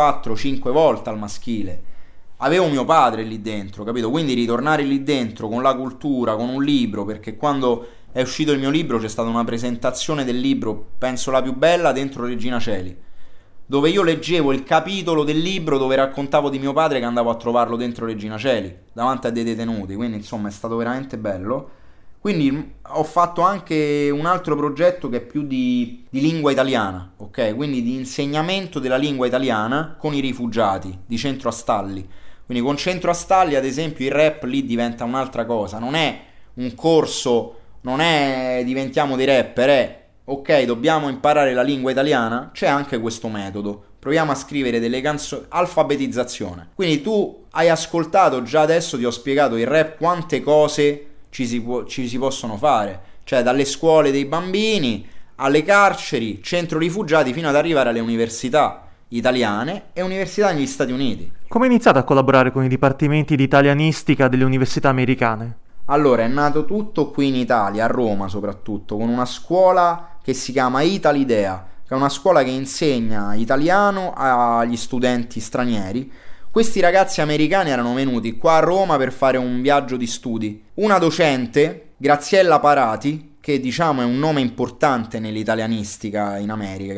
4-5 volte al maschile. Avevo mio padre lì dentro, capito? Quindi ritornare lì dentro con la cultura, con un libro, perché quando è uscito il mio libro c'è stata una presentazione del libro, penso la più bella, dentro Regina Coeli, dove io leggevo il capitolo del libro dove raccontavo di mio padre che andavo a trovarlo dentro Regina Coeli, davanti a dei detenuti, quindi insomma è stato veramente bello. Quindi ho fatto anche un altro progetto che è più di lingua italiana, ok? Quindi di insegnamento della lingua italiana con i rifugiati di Centro Astalli. Quindi con Centro Astalli, ad esempio, il rap lì diventa un'altra cosa, non è un corso, non è diventiamo dei rapper, è ok, dobbiamo imparare la lingua italiana, c'è anche questo metodo. Proviamo a scrivere delle canzoni, alfabetizzazione. Quindi tu hai ascoltato, già adesso ti ho spiegato il rap, quante cose ci si possono fare, cioè dalle scuole dei bambini alle carceri, centro rifugiati, fino ad arrivare alle università italiane e università negli Stati Uniti. Come hai iniziato a collaborare con i dipartimenti di italianistica delle università americane? Allora, è nato tutto qui in Italia, a Roma soprattutto, con una scuola che si chiama Italidea, che è una scuola che insegna italiano agli studenti stranieri. Questi ragazzi americani erano venuti qua a Roma per fare un viaggio di studi. Una docente, Graziella Parati, che diciamo è un nome importante nell'italianistica in America,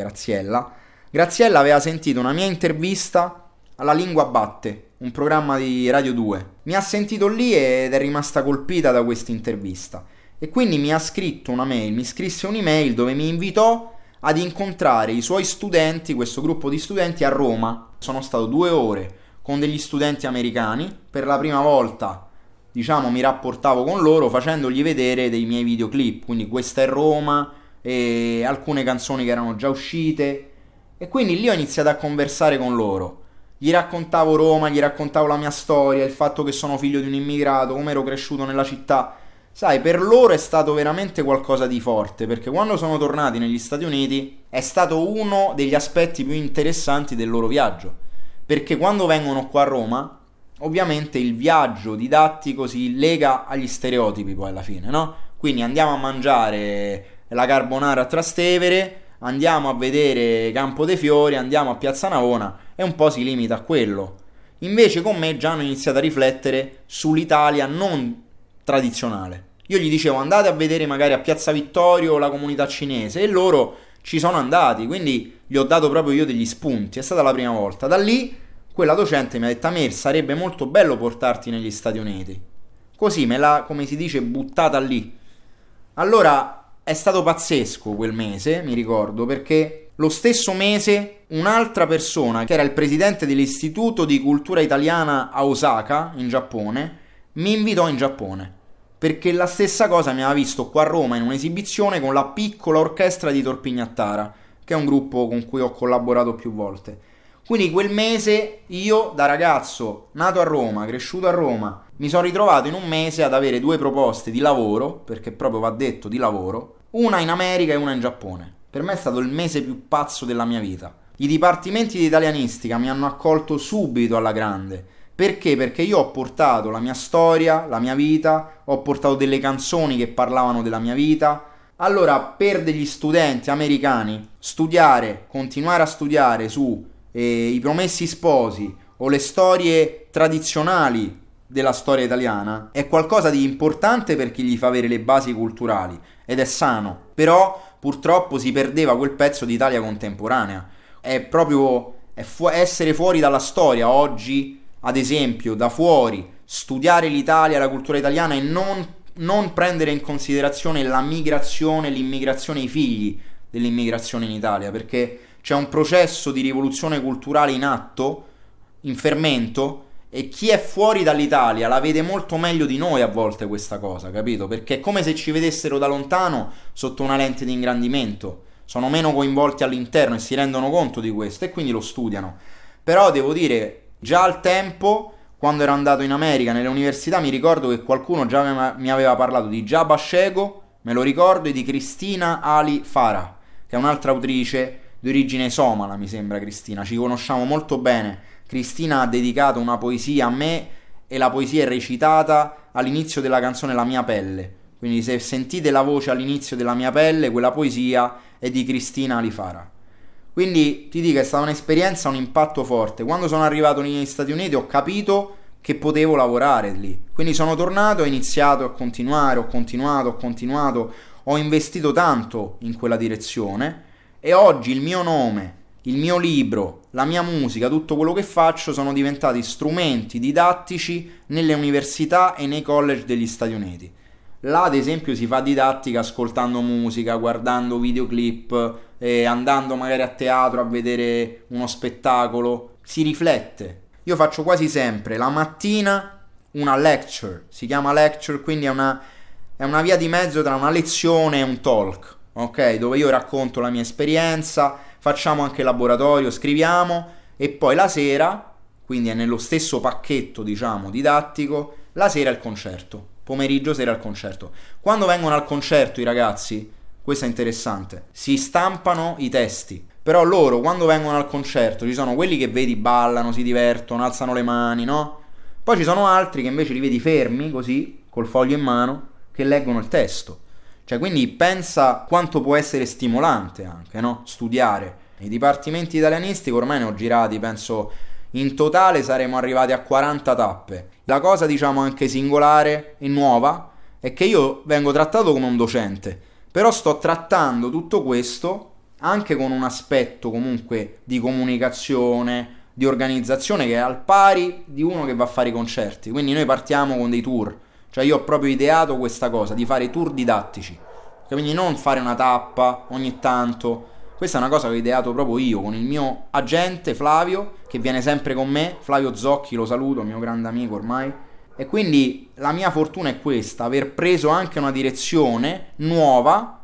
Graziella aveva sentito una mia intervista alla Lingua Batte, un programma di Radio 2. Mi ha sentito lì ed è rimasta colpita da questa intervista. E quindi mi ha scritto una mail, mi scrisse un'email dove mi invitò ad incontrare i suoi studenti, questo gruppo di studenti a Roma. Sono stato 2 ore con degli studenti americani, per la prima volta, diciamo, mi rapportavo con loro facendogli vedere dei miei videoclip, quindi questa è Roma, e alcune canzoni che erano già uscite, e quindi lì ho iniziato a conversare con loro. Gli raccontavo Roma, gli raccontavo la mia storia, il fatto che sono figlio di un immigrato, come ero cresciuto nella città. Sai, per loro è stato veramente qualcosa di forte, perché quando sono tornati negli Stati Uniti è stato uno degli aspetti più interessanti del loro viaggio, perché quando vengono qua a Roma, ovviamente il viaggio didattico si lega agli stereotipi poi alla fine, no? Quindi andiamo a mangiare la carbonara a Trastevere, andiamo a vedere Campo dei Fiori, andiamo a Piazza Navona, e un po' si limita a quello. Invece con me già hanno iniziato a riflettere sull'Italia non tradizionale. Io gli dicevo andate a vedere magari a Piazza Vittorio la comunità cinese, e loro ci sono andati, quindi gli ho dato proprio io degli spunti, è stata la prima volta. Da lì quella docente mi ha detto: Amir, sarebbe molto bello portarti negli Stati Uniti. Così me l'ha, come si dice, buttata lì. Allora è stato pazzesco quel mese, mi ricordo, perché lo stesso mese un'altra persona, che era il presidente dell'Istituto di Cultura Italiana a Osaka, in Giappone, mi invitò in Giappone, perché la stessa cosa mi aveva visto qua a Roma in un'esibizione con la piccola orchestra di Torpignattara, che è un gruppo con cui ho collaborato più volte. Quindi quel mese io, da ragazzo nato a Roma, cresciuto a Roma, mi sono ritrovato in un mese ad avere 2 proposte di lavoro, perché proprio va detto di lavoro, una in America e una in Giappone. Per me è stato il mese più pazzo della mia vita. I dipartimenti di italianistica mi hanno accolto subito alla grande. Perché? Perché io ho portato la mia storia, la mia vita, ho portato delle canzoni che parlavano della mia vita. Allora, per degli studenti americani, continuare a studiare su I Promessi Sposi o le storie tradizionali della storia italiana è qualcosa di importante, perché gli fa avere le basi culturali ed è sano. Però purtroppo si perdeva quel pezzo di Italia contemporanea. È proprio essere fuori dalla storia oggi. Ad esempio, da fuori, studiare l'Italia, la cultura italiana, e non prendere in considerazione la migrazione, l'immigrazione, i figli dell'immigrazione in Italia, perché c'è un processo di rivoluzione culturale in atto, in fermento, e chi è fuori dall'Italia la vede molto meglio di noi a volte questa cosa, capito? Perché è come se ci vedessero da lontano sotto una lente di ingrandimento, sono meno coinvolti all'interno e si rendono conto di questo e quindi lo studiano. Però devo dire, già al tempo, quando ero andato in America nelle università, mi ricordo che qualcuno già mi aveva parlato di Jabba Shego, me lo ricordo, e di Cristina Ali Farah, che è un'altra autrice di origine somala, mi sembra. Cristina, ci conosciamo molto bene. Cristina ha dedicato una poesia a me e la poesia è recitata all'inizio della canzone La mia pelle. Quindi se sentite la voce all'inizio della mia pelle, quella poesia è di Cristina Ali Farah. Quindi ti dico, è stata un'esperienza, un impatto forte. Quando sono arrivato negli Stati Uniti ho capito che potevo lavorare lì. Quindi sono tornato e ho iniziato a continuare, ho continuato, ho investito tanto in quella direzione e oggi il mio nome, il mio libro, la mia musica, tutto quello che faccio sono diventati strumenti didattici nelle università e nei college degli Stati Uniti. Là ad esempio si fa didattica ascoltando musica, guardando videoclip, andando magari a teatro a vedere uno spettacolo, si riflette. Io faccio quasi sempre la mattina una lecture, si chiama lecture, quindi è una via di mezzo tra una lezione e un talk, ok? Dove io racconto la mia esperienza, facciamo anche laboratorio, scriviamo, e poi la sera, quindi è nello stesso pacchetto, diciamo, didattico, la sera è il concerto, pomeriggio, sera il concerto. Quando vengono al concerto i ragazzi, questo è interessante, si stampano i testi, però loro quando vengono al concerto ci sono quelli che vedi ballano, si divertono, alzano le mani, no? Poi ci sono altri che invece li vedi fermi, così, col foglio in mano, che leggono il testo. Cioè, quindi pensa quanto può essere stimolante anche, no? Studiare. I dipartimenti italianistici ormai ne ho girati, penso, in totale saremo arrivati a 40 tappe. La cosa, diciamo, anche singolare e nuova è che io vengo trattato come un docente, però sto trattando tutto questo anche con un aspetto comunque di comunicazione, di organizzazione, che è al pari di uno che va a fare i concerti. Quindi noi partiamo con dei tour. Cioè io ho proprio ideato questa cosa, di fare tour didattici. Quindi non fare una tappa ogni tanto. Questa è una cosa che ho ideato proprio io, con il mio agente Flavio, che viene sempre con me. Flavio Zocchi, lo saluto, mio grande amico ormai. E quindi la mia fortuna è questa, aver preso anche una direzione nuova,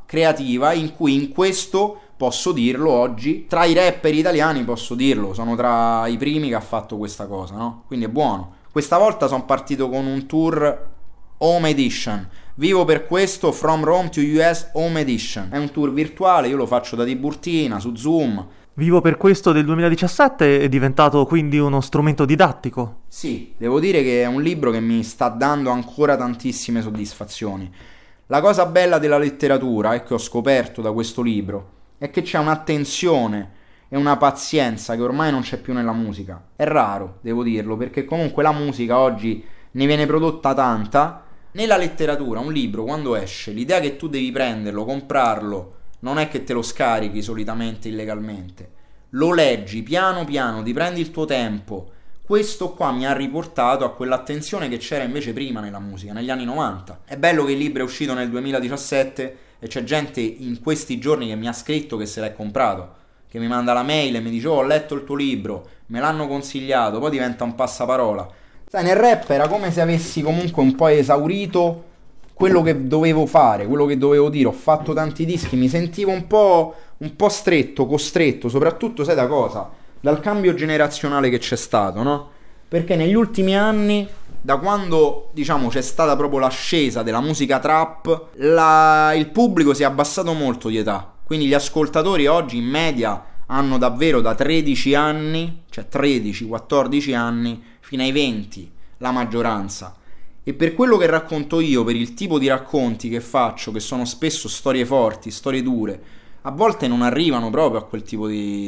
creativa in cui in questo, posso dirlo oggi, tra i rapper italiani posso dirlo, sono tra i primi che ha fatto questa cosa, no? Quindi è buono. Questa volta sono partito con un tour Home Edition. Vivo per questo, From Rome to US Home Edition. È un tour virtuale, io lo faccio da Tiburtina, su Zoom. Vivo per questo del 2017 è diventato quindi uno strumento didattico. Sì, devo dire che è un libro che mi sta dando ancora tantissime soddisfazioni. La cosa bella della letteratura, e che ho scoperto da questo libro, è che c'è un'attenzione e una pazienza che ormai non c'è più nella musica. È raro, devo dirlo, perché comunque la musica oggi ne viene prodotta tanta. Nella letteratura, un libro quando esce, l'idea che tu devi prenderlo, comprarlo, non è che te lo scarichi solitamente illegalmente. Lo leggi piano piano, ti prendi il tuo tempo. Questo qua mi ha riportato a quell'attenzione che c'era invece prima nella musica, negli anni 90. È bello che il libro è uscito nel 2017 e c'è gente in questi giorni che mi ha scritto che se l'è comprato, che mi manda la mail e mi dice: oh, ho letto il tuo libro, me l'hanno consigliato, poi diventa un passaparola. Sai, nel rap era come se avessi comunque un po' esaurito quello che dovevo fare, quello che dovevo dire. Ho fatto tanti dischi, mi sentivo un po' stretto, costretto, soprattutto, sai da cosa? Dal cambio generazionale che c'è stato, no? Perché negli ultimi anni, da quando, diciamo, c'è stata proprio l'ascesa della musica trap, il pubblico si è abbassato molto di età. Quindi gli ascoltatori oggi in media hanno davvero da 13 anni, cioè 13-14 anni, fino ai 20, la maggioranza. E per quello che racconto io, per il tipo di racconti che faccio, che sono spesso storie forti, storie dure, a volte non arrivano proprio a quel tipo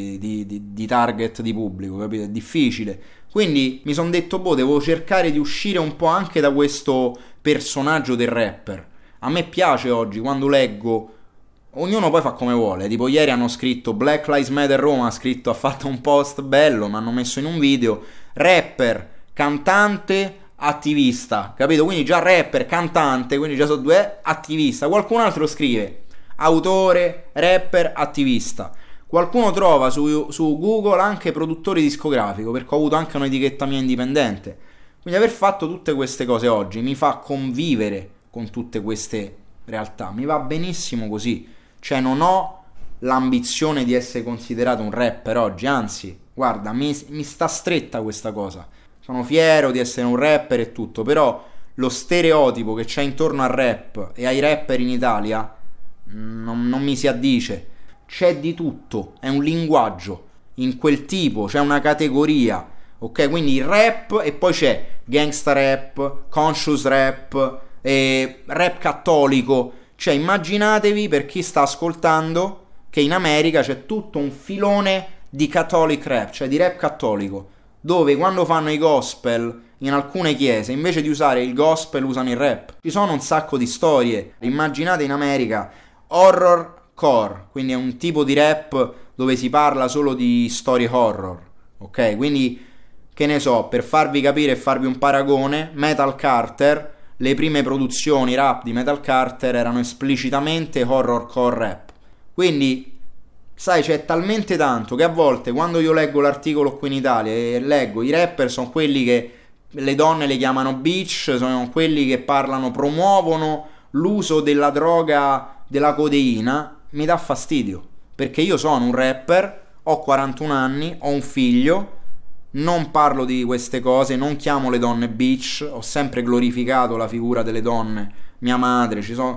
di target di pubblico, capito? È difficile. Quindi mi sono detto, devo cercare di uscire un po' anche da questo personaggio del rapper. A me piace oggi, quando leggo, ognuno poi fa come vuole, tipo ieri hanno scritto Black Lives Matter Roma, ha fatto un post bello, mi hanno messo in un video, rapper, cantante, attivista, capito? Quindi già rapper, cantante, quindi già sono due, attivista. Qualcun altro scrive autore, rapper, attivista. Qualcuno trova su Google anche produttore discografico, perché ho avuto anche un'etichetta mia indipendente. Quindi aver fatto tutte queste cose oggi mi fa convivere con tutte queste realtà, mi va benissimo così. Cioè non ho l'ambizione di essere considerato un rapper oggi, anzi, guarda, mi sta stretta questa cosa. Sono fiero di essere un rapper e tutto, però lo stereotipo che c'è intorno al rap e ai rapper in Italia non mi si addice. C'è di tutto, è un linguaggio, in quel tipo c'è una categoria, ok? Quindi il rap, e poi c'è gangsta rap, conscious rap, rap cattolico. Cioè immaginatevi, per chi sta ascoltando, che in America c'è tutto un filone di catholic rap, cioè di rap cattolico, dove quando fanno i gospel in alcune chiese, invece di usare il gospel usano il rap. Ci sono un sacco di storie. Immaginate in America horrorcore, quindi è un tipo di rap dove si parla solo di storie horror, ok? Quindi, che ne so, per farvi capire e farvi un paragone, Metal Carter, le prime produzioni rap di Metal Carter erano esplicitamente horrorcore rap. Quindi, sai, c'è talmente tanto che a volte quando io leggo l'articolo qui in Italia e leggo i rapper sono quelli che le donne le chiamano bitch, sono quelli che promuovono l'uso della droga, della codeina, mi dà fastidio, perché io sono un rapper, ho 41 anni, ho un figlio, non parlo di queste cose, non chiamo le donne bitch, ho sempre glorificato la figura delle donne, mia madre,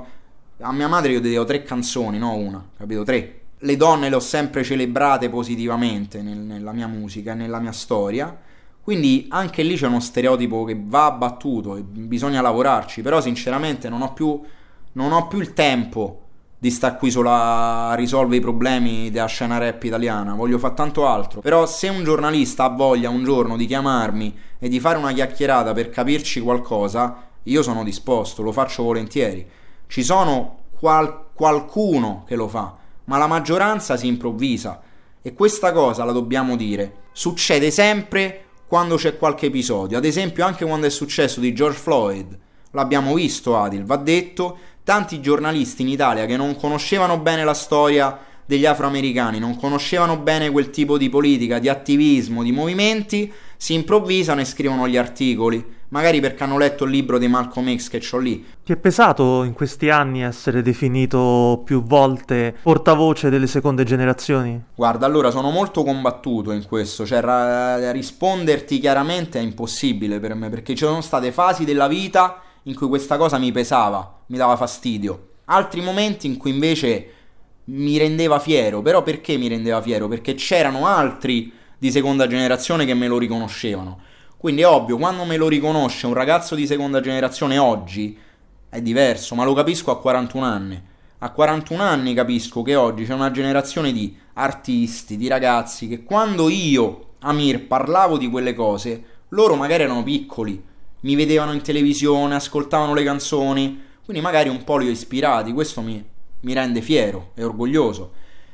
a mia madre io dedico 3 canzoni, no una, capito? 3. Le donne le ho sempre celebrate positivamente nella mia musica e nella mia storia. Quindi anche lì c'è uno stereotipo che va abbattuto e bisogna lavorarci. Però sinceramente non ho più il tempo di stare qui solo a risolvere i problemi della scena rap italiana. Voglio fare tanto altro. Però se un giornalista ha voglia un giorno di chiamarmi e di fare una chiacchierata per capirci qualcosa, io sono disposto, lo faccio volentieri. Ci sono qualcuno che lo fa, ma la maggioranza si improvvisa. E questa cosa la dobbiamo dire. Succede sempre quando c'è qualche episodio, ad esempio anche quando è successo di George Floyd, l'abbiamo visto, Adil, va detto, tanti giornalisti in Italia che non conoscevano bene la storia degli afroamericani, non conoscevano bene quel tipo di politica, di attivismo, di movimenti, si improvvisano e scrivono gli articoli, magari perché hanno letto il libro di Malcolm X che c'ho lì. Ti è pesato in questi anni essere definito più volte portavoce delle seconde generazioni? Guarda, allora sono molto combattuto in questo, cioè risponderti chiaramente è impossibile per me, perché ci sono state fasi della vita in cui questa cosa mi pesava, mi dava fastidio, altri momenti in cui invece mi rendeva fiero. Però perché mi rendeva fiero? Perché c'erano altri di seconda generazione che me lo riconoscevano. Quindi è ovvio, quando me lo riconosce un ragazzo di seconda generazione oggi è diverso, ma lo capisco a 41 anni. A 41 anni capisco che oggi c'è una generazione di artisti, di ragazzi che quando io, Amir, parlavo di quelle cose, loro magari erano piccoli, mi vedevano in televisione, ascoltavano le canzoni, quindi magari un po' li ho ispirati. Questo mi rende fiero e orgoglioso.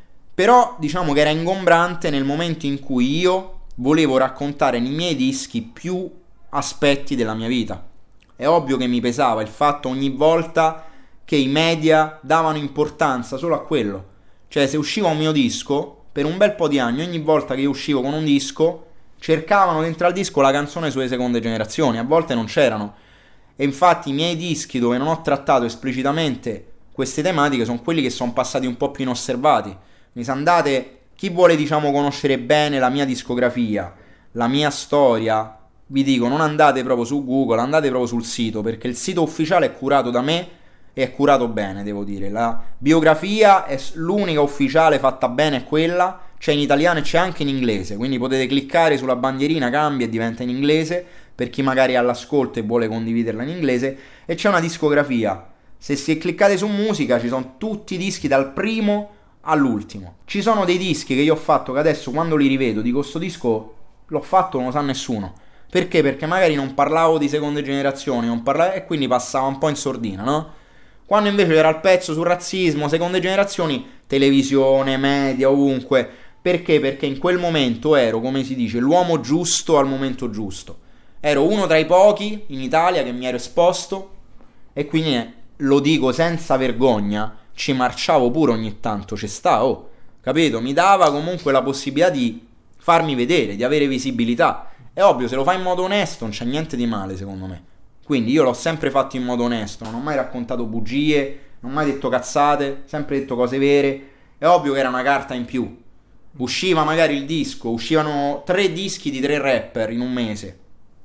Però diciamo che era ingombrante nel momento in cui io volevo raccontare nei miei dischi più aspetti della mia vita. È ovvio che mi pesava il fatto ogni volta che i media davano importanza solo a quello. Cioè, se usciva un mio disco, per un bel po' di anni, ogni volta che io uscivo con un disco, cercavano dentro al disco la canzone sulle seconde generazioni. A volte non c'erano. E infatti i miei dischi dove non ho trattato esplicitamente queste tematiche sono quelli che sono passati un po' più inosservati. Mi sa, andate, chi vuole diciamo conoscere bene la mia discografia, la mia storia, vi dico, non andate proprio su Google, andate proprio sul sito, perché il sito ufficiale è curato da me e è curato bene, devo dire. La biografia è l'unica ufficiale fatta bene, è quella, c'è in italiano e c'è anche in inglese, quindi potete cliccare sulla bandierina, cambia e diventa in inglese, per chi magari è all'ascolto e vuole condividerla in inglese, e c'è una discografia. Se cliccate su musica ci sono tutti i dischi dal primo all'ultimo. Ci sono dei dischi che io ho fatto che adesso quando li rivedo dico sto disco l'ho fatto, non lo sa nessuno. Perché? Perché magari non parlavo di seconde generazioni, e quindi passava un po' in sordina, no? Quando invece era il pezzo sul razzismo, seconde generazioni, televisione, media, ovunque. Perché? Perché in quel momento ero, come si dice, l'uomo giusto al momento giusto. Ero uno tra i pochi in Italia che mi ero esposto e quindi lo dico senza vergogna, ci marciavo pure ogni tanto, ci sta, oh, capito? Mi dava comunque la possibilità di farmi vedere, di avere visibilità. È ovvio, se lo fai in modo onesto non c'è niente di male, secondo me. Quindi io l'ho sempre fatto in modo onesto, non ho mai raccontato bugie, non ho mai detto cazzate, sempre detto cose vere. È ovvio che era una carta in più. Usciva magari il disco, uscivano 3 dischi di 3 rapper in un mese.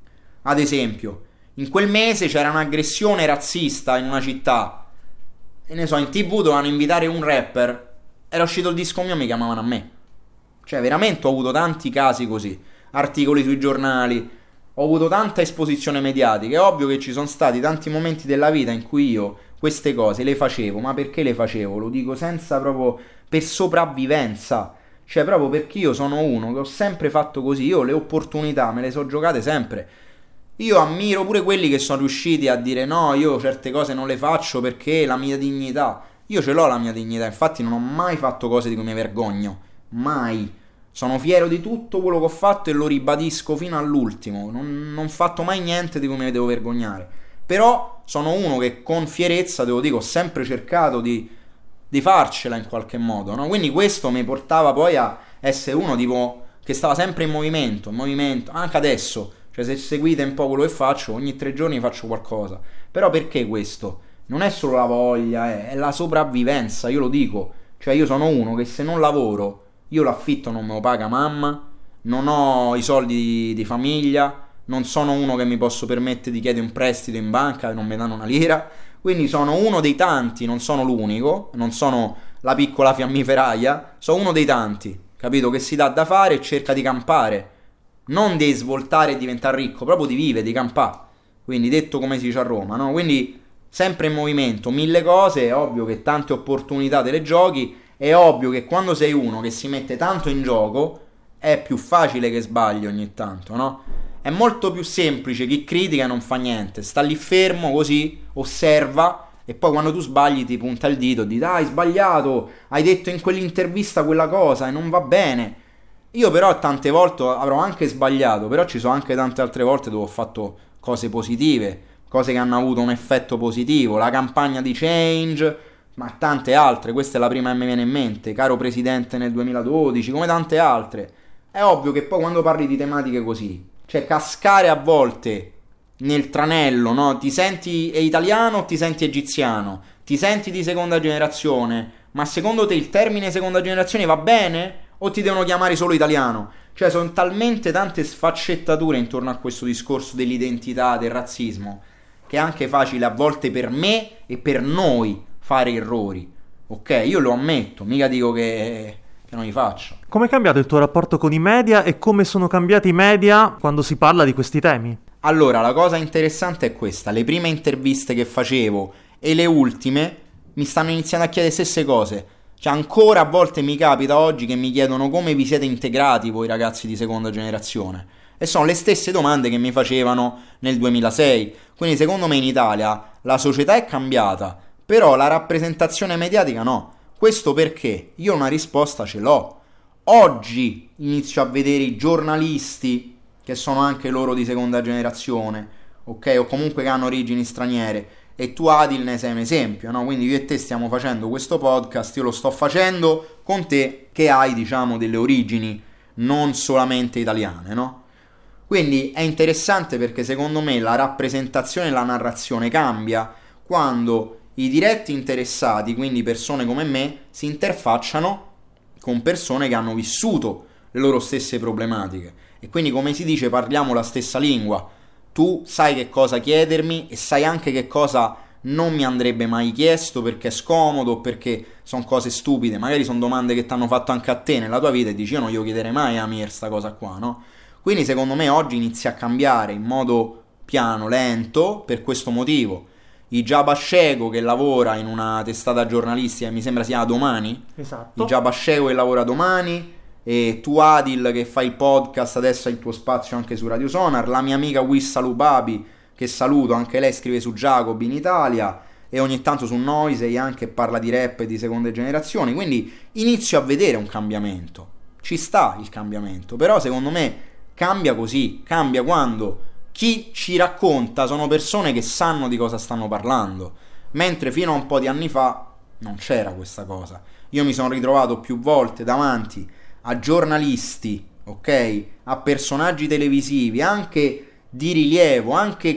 Ad esempio, in quel mese c'era un'aggressione razzista in una città. E ne so, in TV dovevano invitare un rapper. Era uscito il disco mio e mi chiamavano a me. Cioè, veramente ho avuto tanti casi così. Articoli sui giornali. Ho avuto tanta esposizione mediatica. È ovvio che ci sono stati tanti momenti della vita in cui io queste cose le facevo. Ma perché le facevo? Lo dico senza proprio per sopravvivenza. Cioè, proprio perché io sono uno che ho sempre fatto così. Io le opportunità me le so giocate sempre. Io ammiro pure quelli che sono riusciti a dire no, io certe cose non le faccio perché la mia dignità. Io ce l'ho la mia dignità, infatti non ho mai fatto cose di cui mi vergogno. Mai. Sono fiero di tutto quello che ho fatto e lo ribadisco fino all'ultimo. Non ho fatto mai niente di cui mi devo vergognare. Però sono uno che con fierezza, devo dire, ho sempre cercato di farcela in qualche modo, no? Quindi questo mi portava poi a essere uno tipo che stava sempre in movimento, anche adesso. Cioè, se seguite un po' quello che faccio, ogni 3 giorni faccio qualcosa. Però perché questo? Non è solo la voglia, è la sopravvivenza, io lo dico. Cioè, io sono uno che se non lavoro, io l'affitto non me lo paga mamma, non ho i soldi di famiglia, non sono uno che mi posso permettere di chiedere un prestito in banca e non mi danno una lira. Quindi sono uno dei tanti, non sono l'unico, non sono la piccola fiammiferaia, sono uno dei tanti, capito? Che si dà da fare e cerca di campare. Non di svoltare e diventare ricco, proprio di vivere, di campare. Quindi detto come si dice a Roma, no? Quindi sempre in movimento, 1000 cose, è ovvio che tante opportunità te le giochi, è ovvio che quando sei uno che si mette tanto in gioco è più facile che sbagli ogni tanto, no? È molto più semplice chi critica e non fa niente, sta lì fermo così, osserva e poi quando tu sbagli ti punta il dito e dici hai sbagliato, hai detto in quell'intervista quella cosa e non va bene. Io però tante volte avrò anche sbagliato, però ci sono anche tante altre volte dove ho fatto cose positive, cose che hanno avuto un effetto positivo, la campagna di Change, ma tante altre, questa è la prima che mi viene in mente, Caro Presidente nel 2012, come tante altre. È ovvio che poi quando parli di tematiche così, Cioè cascare a volte nel tranello, no? Ti senti italiano o ti senti egiziano? Ti senti di seconda generazione? Ma secondo te il termine seconda generazione va bene? O ti devono chiamare solo italiano? Cioè sono talmente tante sfaccettature intorno a questo discorso dell'identità, del razzismo, che è anche facile a volte per me e per noi fare errori. Ok, io lo ammetto, mica dico che non li faccio. Come è cambiato il tuo rapporto con i media e come sono cambiati i media quando si parla di questi temi? Allora, la cosa interessante è questa: le prime interviste che facevo e le ultime mi stanno iniziando a chiedere le stesse cose. Cioè ancora a volte mi capita oggi che mi chiedono come vi siete integrati voi ragazzi di seconda generazione, e sono le stesse domande che mi facevano nel 2006. Quindi secondo me in Italia la società è cambiata, però la rappresentazione mediatica no. Questo perché io una risposta ce l'ho. Oggi inizio a vedere i giornalisti che sono anche loro di seconda generazione, ok? O comunque che hanno origini straniere. E tu, Adil, ne sei un esempio, no? Quindi io e te stiamo facendo questo podcast, io lo sto facendo con te che hai, diciamo, delle origini non solamente italiane, no? Quindi è interessante perché secondo me la rappresentazione e la narrazione cambia quando i diretti interessati, quindi persone come me, si interfacciano con persone che hanno vissuto le loro stesse problematiche. E quindi, come si dice, parliamo la stessa lingua. Tu sai che cosa chiedermi e sai anche che cosa non mi andrebbe mai chiesto perché è scomodo o perché sono cose stupide. Magari sono domande che ti hanno fatto anche a te nella tua vita e dici io non glielo chiederei mai a Amir sta cosa qua, no? Quindi secondo me oggi inizia a cambiare in modo piano, lento, per questo motivo. Ijab Ashego che lavora in una testata giornalistica, mi sembra sia Domani. Esatto. Ijab Ashego che lavora Domani. E tu, Adil, che fai il podcast, adesso hai il tuo spazio anche su Radio Sonar. La mia amica Wissa Lubabi, che saluto, anche lei scrive su Jacob in Italia e ogni tanto su Noisey anche parla di rap e di seconde generazioni. Quindi inizio a vedere un cambiamento. Ci sta il cambiamento, però secondo me cambia così, cambia quando chi ci racconta sono persone che sanno di cosa stanno parlando, mentre fino a un po' di anni fa non c'era questa cosa. Io mi sono ritrovato più volte davanti a giornalisti, ok, a personaggi televisivi, anche di rilievo, anche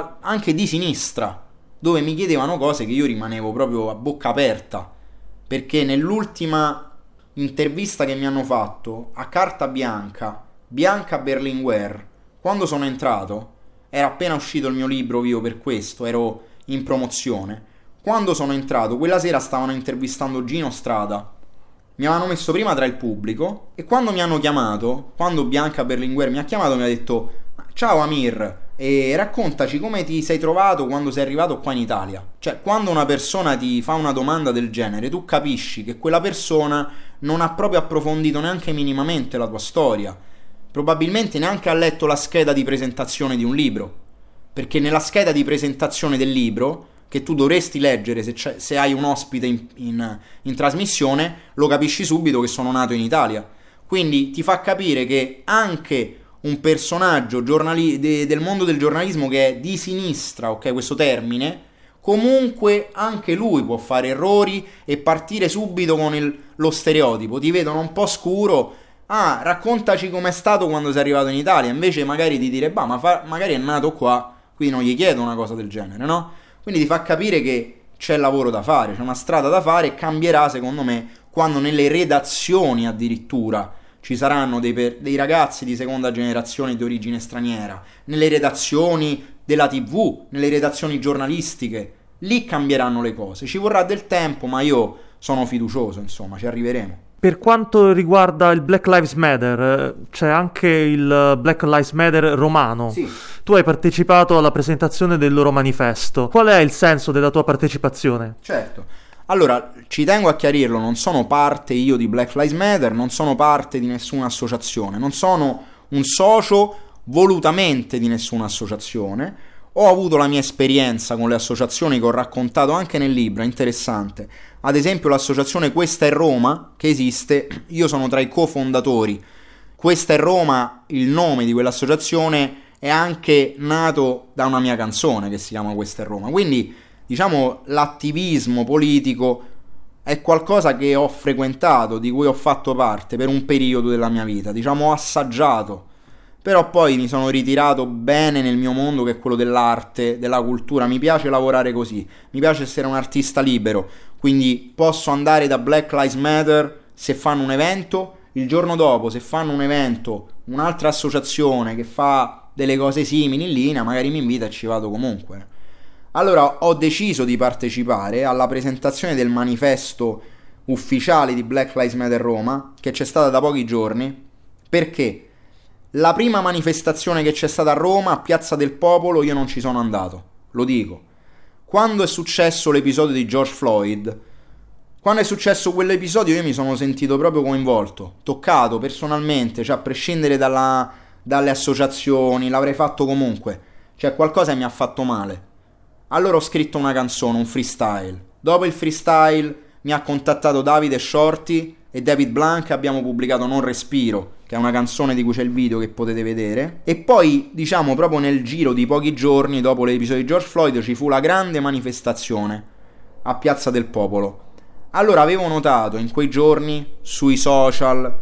di sinistra, dove mi chiedevano cose che io rimanevo proprio a bocca aperta, perché nell'ultima intervista che mi hanno fatto a carta bianca, Bianca Berlinguer, quando sono entrato, era appena uscito il mio libro Vivo per questo, ero in promozione, quando sono entrato, quella sera stavano intervistando Gino Strada. Mi avevano messo prima tra il pubblico e quando mi hanno chiamato, quando Bianca Berlinguer mi ha chiamato, mi ha detto ciao Amir, e raccontaci come ti sei trovato quando sei arrivato qua in Italia. Cioè, quando una persona ti fa una domanda del genere, tu capisci che quella persona non ha proprio approfondito neanche minimamente la tua storia, probabilmente neanche ha letto la scheda di presentazione di un libro, perché nella scheda di presentazione del libro, che tu dovresti leggere se hai un ospite in trasmissione, lo capisci subito che sono nato in Italia. Quindi ti fa capire che anche un personaggio del mondo del giornalismo che è di sinistra, ok, questo termine, comunque anche lui può fare errori e partire subito con lo stereotipo. Ti vedono un po' scuro, raccontaci com'è stato quando sei arrivato in Italia, invece magari di dire, magari è nato qua, quindi non gli chiedo una cosa del genere, no? Quindi ti fa capire che c'è lavoro da fare, c'è una strada da fare e cambierà secondo me quando nelle redazioni addirittura ci saranno dei ragazzi di seconda generazione di origine straniera, nelle redazioni della TV, nelle redazioni giornalistiche, lì cambieranno le cose. Ci vorrà del tempo, ma io sono fiducioso, insomma, ci arriveremo. Per quanto riguarda il Black Lives Matter, c'è anche il Black Lives Matter romano. Sì. Tu hai partecipato alla presentazione del loro manifesto. Qual è il senso della tua partecipazione? Certo. Allora, ci tengo a chiarirlo, non sono parte io di Black Lives Matter, non sono parte di nessuna associazione, non sono un socio volutamente di nessuna associazione. Ho avuto la mia esperienza con le associazioni che ho raccontato anche nel libro, è interessante. Ad esempio l'associazione Questa è Roma, che esiste, io sono tra i cofondatori. Questa è Roma, il nome di quell'associazione è anche nato da una mia canzone che si chiama Questa è Roma. Quindi, diciamo, l'attivismo politico è qualcosa che ho frequentato, di cui ho fatto parte per un periodo della mia vita. Diciamo, ho assaggiato. Però poi mi sono ritirato bene nel mio mondo, che è quello dell'arte, della cultura. Mi piace lavorare così, mi piace essere un artista libero, quindi posso andare da Black Lives Matter se fanno un evento, il giorno dopo se fanno un evento un'altra associazione che fa delle cose simili in linea, magari mi invita e ci vado comunque. Allora ho deciso di partecipare alla presentazione del manifesto ufficiale di Black Lives Matter Roma, che c'è stata da pochi giorni, perché la prima manifestazione che c'è stata a Roma, a Piazza del Popolo, io non ci sono andato, lo dico. Quando è successo l'episodio di George Floyd, quando è successo quell'episodio, io mi sono sentito proprio coinvolto, toccato personalmente, cioè a prescindere dalle associazioni, l'avrei fatto comunque, cioè qualcosa mi ha fatto male. Allora ho scritto una canzone, un freestyle. Dopo il freestyle mi ha contattato Davide Shorty e David Blanc, abbiamo pubblicato Non Respiro, che è una canzone di cui c'è il video che potete vedere. E poi, diciamo, proprio nel giro di pochi giorni dopo l'episodio di George Floyd ci fu la grande manifestazione a Piazza del Popolo. Allora avevo notato in quei giorni sui social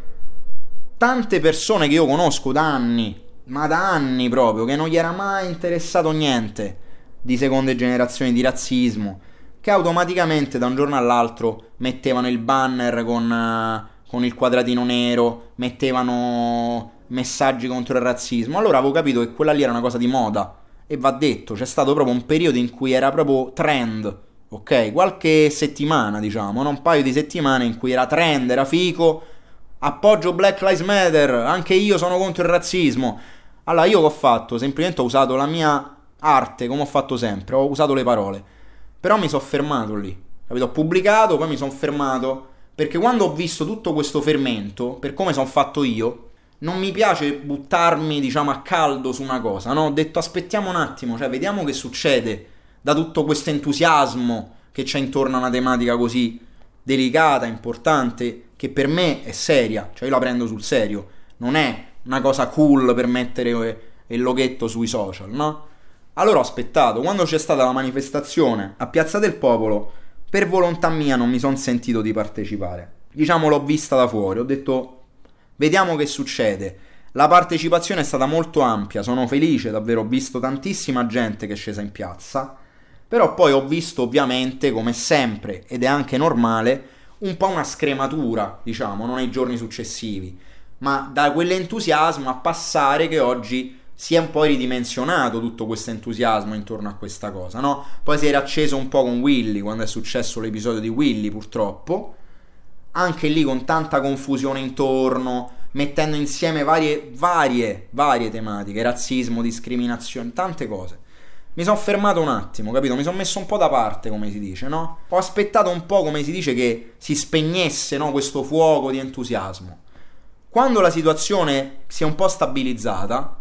tante persone che io conosco da anni, ma da anni proprio, che non gli era mai interessato niente di seconde generazioni, di razzismo, che automaticamente da un giorno all'altro mettevano il banner con il quadratino nero, mettevano messaggi contro il razzismo. Allora avevo capito che quella lì era una cosa di moda, e va detto, c'è stato proprio un periodo in cui era proprio trend, ok? Qualche settimana, diciamo, un paio di settimane in cui era trend, era fico, appoggio Black Lives Matter, anche io sono contro il razzismo. Allora io che ho fatto? Semplicemente ho usato la mia arte, come ho fatto sempre, ho usato le parole. Però mi sono fermato lì, capito? Ho pubblicato, poi mi sono fermato, perché quando ho visto tutto questo fermento, per come sono fatto io, non mi piace buttarmi, diciamo, a caldo su una cosa, no? Ho detto aspettiamo un attimo, cioè vediamo che succede da tutto questo entusiasmo che c'è intorno a una tematica così delicata, importante, che per me è seria, cioè io la prendo sul serio, non è una cosa cool per mettere il loghetto sui social, no? Allora ho aspettato, quando c'è stata la manifestazione a Piazza del Popolo, per volontà mia non mi sono sentito di partecipare. Diciamo l'ho vista da fuori, ho detto vediamo che succede. La partecipazione è stata molto ampia, sono felice, davvero ho visto tantissima gente che è scesa in piazza, però poi ho visto ovviamente, come sempre, ed è anche normale, un po' una scrematura, diciamo, non nei giorni successivi, ma da quell'entusiasmo a passare che oggi si è un po' ridimensionato tutto questo entusiasmo intorno a questa cosa, no? Poi si era acceso un po' con Willy, quando è successo l'episodio di Willy, purtroppo, anche lì con tanta confusione intorno, mettendo insieme varie tematiche, razzismo, discriminazione, tante cose. Mi sono fermato un attimo, capito? Mi sono messo un po' da parte, come si dice, no? Ho aspettato un po', come si dice, che si spegnesse, no, questo fuoco di entusiasmo. Quando la situazione si è un po' stabilizzata,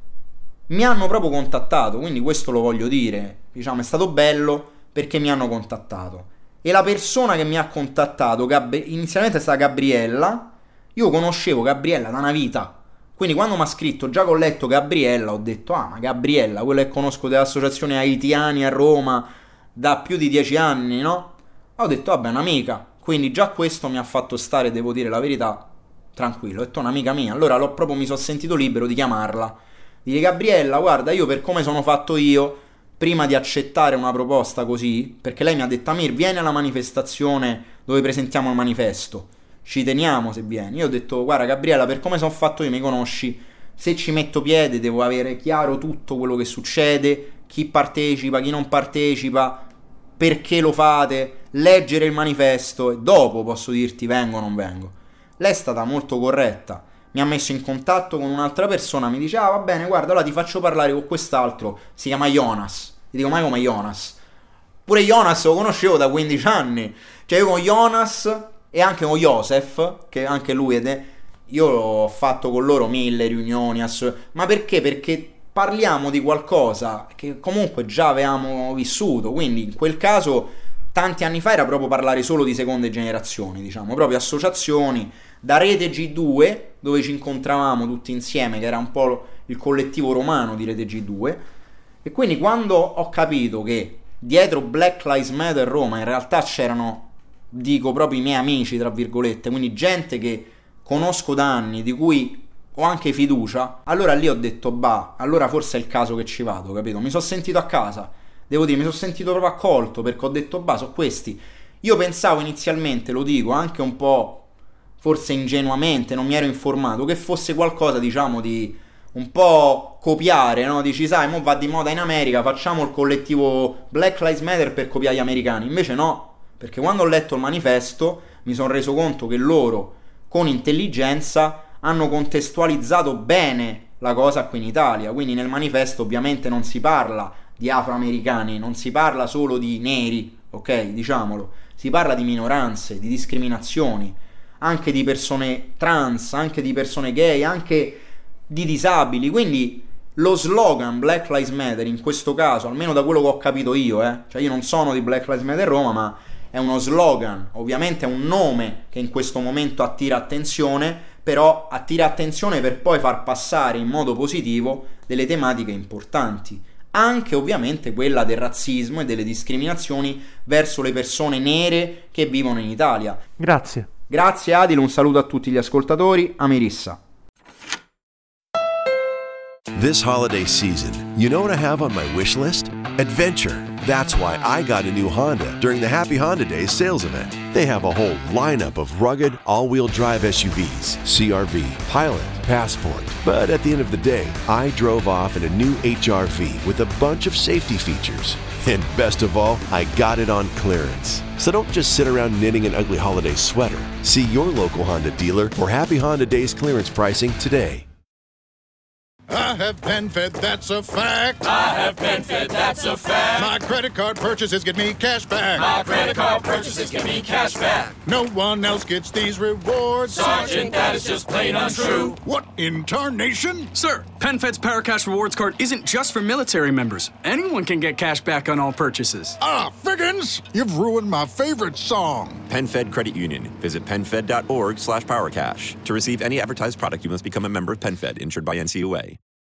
mi hanno proprio contattato, quindi questo lo voglio dire, diciamo, è stato bello perché mi hanno contattato. E la persona che mi ha contattato, inizialmente è stata Gabriella. Io conoscevo Gabriella da una vita, quindi quando mi ha scritto, già che ho letto Gabriella, ho detto ma Gabriella, quella che conosco dell'associazione haitiani a Roma da più di 10 anni, no? Ho detto vabbè, un'amica, quindi già questo mi ha fatto stare, devo dire la verità, tranquillo. Ho detto un'amica mia, allora mi sono sentito libero di chiamarla, di dire Gabriella, guarda, io per come sono fatto io, prima di accettare una proposta così, perché lei mi ha detto Amir, vieni alla manifestazione dove presentiamo il manifesto, ci teniamo se vieni. Io ho detto guarda Gabriella, per come sono fatto io, mi conosci, se ci metto piede devo avere chiaro tutto quello che succede, chi partecipa, chi non partecipa, perché lo fate, leggere il manifesto e dopo posso dirti vengo o non vengo. Lei è stata molto corretta, mi ha messo in contatto con un'altra persona, mi dice va bene, guarda, allora ti faccio parlare con quest'altro, si chiama Jonas. Gli dico ma come Jonas? Pure Jonas lo conoscevo da 15 anni, cioè io con Jonas e anche con Joseph, che anche lui io ho fatto con loro 1000 riunioni, ma perché? Perché parliamo di qualcosa che comunque già avevamo vissuto, quindi in quel caso tanti anni fa era proprio parlare solo di seconde generazioni, diciamo, proprio associazioni, da Rete G2, dove ci incontravamo tutti insieme, che era un po' il collettivo romano di Rete G2, e quindi quando ho capito che dietro Black Lives Matter Roma in realtà c'erano, dico proprio i miei amici, tra virgolette, quindi gente che conosco da anni, di cui ho anche fiducia, allora lì ho detto, bah, allora forse è il caso che ci vado, capito? Mi sono sentito a casa, devo dire, mi sono sentito proprio accolto, perché ho detto, bah, sono questi. Io pensavo inizialmente, lo dico, anche un po', forse ingenuamente, non mi ero informato, che fosse qualcosa, diciamo, di un po' copiare, no? Dici, sai, mo va di moda in America, facciamo il collettivo Black Lives Matter per copiare gli americani. Invece no, perché quando ho letto il manifesto mi sono reso conto che loro, con intelligenza, hanno contestualizzato bene la cosa qui in Italia. Quindi nel manifesto ovviamente non si parla di afroamericani, non si parla solo di neri, ok? Diciamolo. Si parla di minoranze, di discriminazioni, anche di persone trans, anche di persone gay, anche di disabili. Quindi lo slogan Black Lives Matter in questo caso, almeno da quello che ho capito io, cioè io non sono di Black Lives Matter Roma, ma è uno slogan, ovviamente è un nome che in questo momento attira attenzione, però attira attenzione per poi far passare in modo positivo delle tematiche importanti, anche ovviamente quella del razzismo e delle discriminazioni verso le persone nere che vivono in Italia. Grazie. Grazie Adil, un saluto a tutti gli ascoltatori, Amirissa. This holiday season, you know what I have on my wish list? Adventure. That's why I got a new Honda during the Happy Honda Days sales event. They have a whole lineup of rugged, all-wheel drive SUVs, CR-V, Pilot, Passport. But at the end of the day, I drove off in a new HR-V with a bunch of safety features. And best of all, I got it on clearance. So don't just sit around knitting an ugly holiday sweater. See your local Honda dealer for Happy Honda Days clearance pricing today. I have PenFed, that's a fact. I have PenFed, that's a fact. My credit card purchases get me cash back. My credit card purchases get me cash back. No one else gets these rewards. Sergeant, that is just plain untrue. What in tarnation? Sir, PenFed's Paracash Rewards card isn't just for military members. Anyone can get cash back on all purchases. Ah, Figgins, you've ruined my favorite song. PenFed Credit Union. Visit PenFed.org/PowerCash. To receive any advertised product, you must become a member of PenFed, insured by NCUA.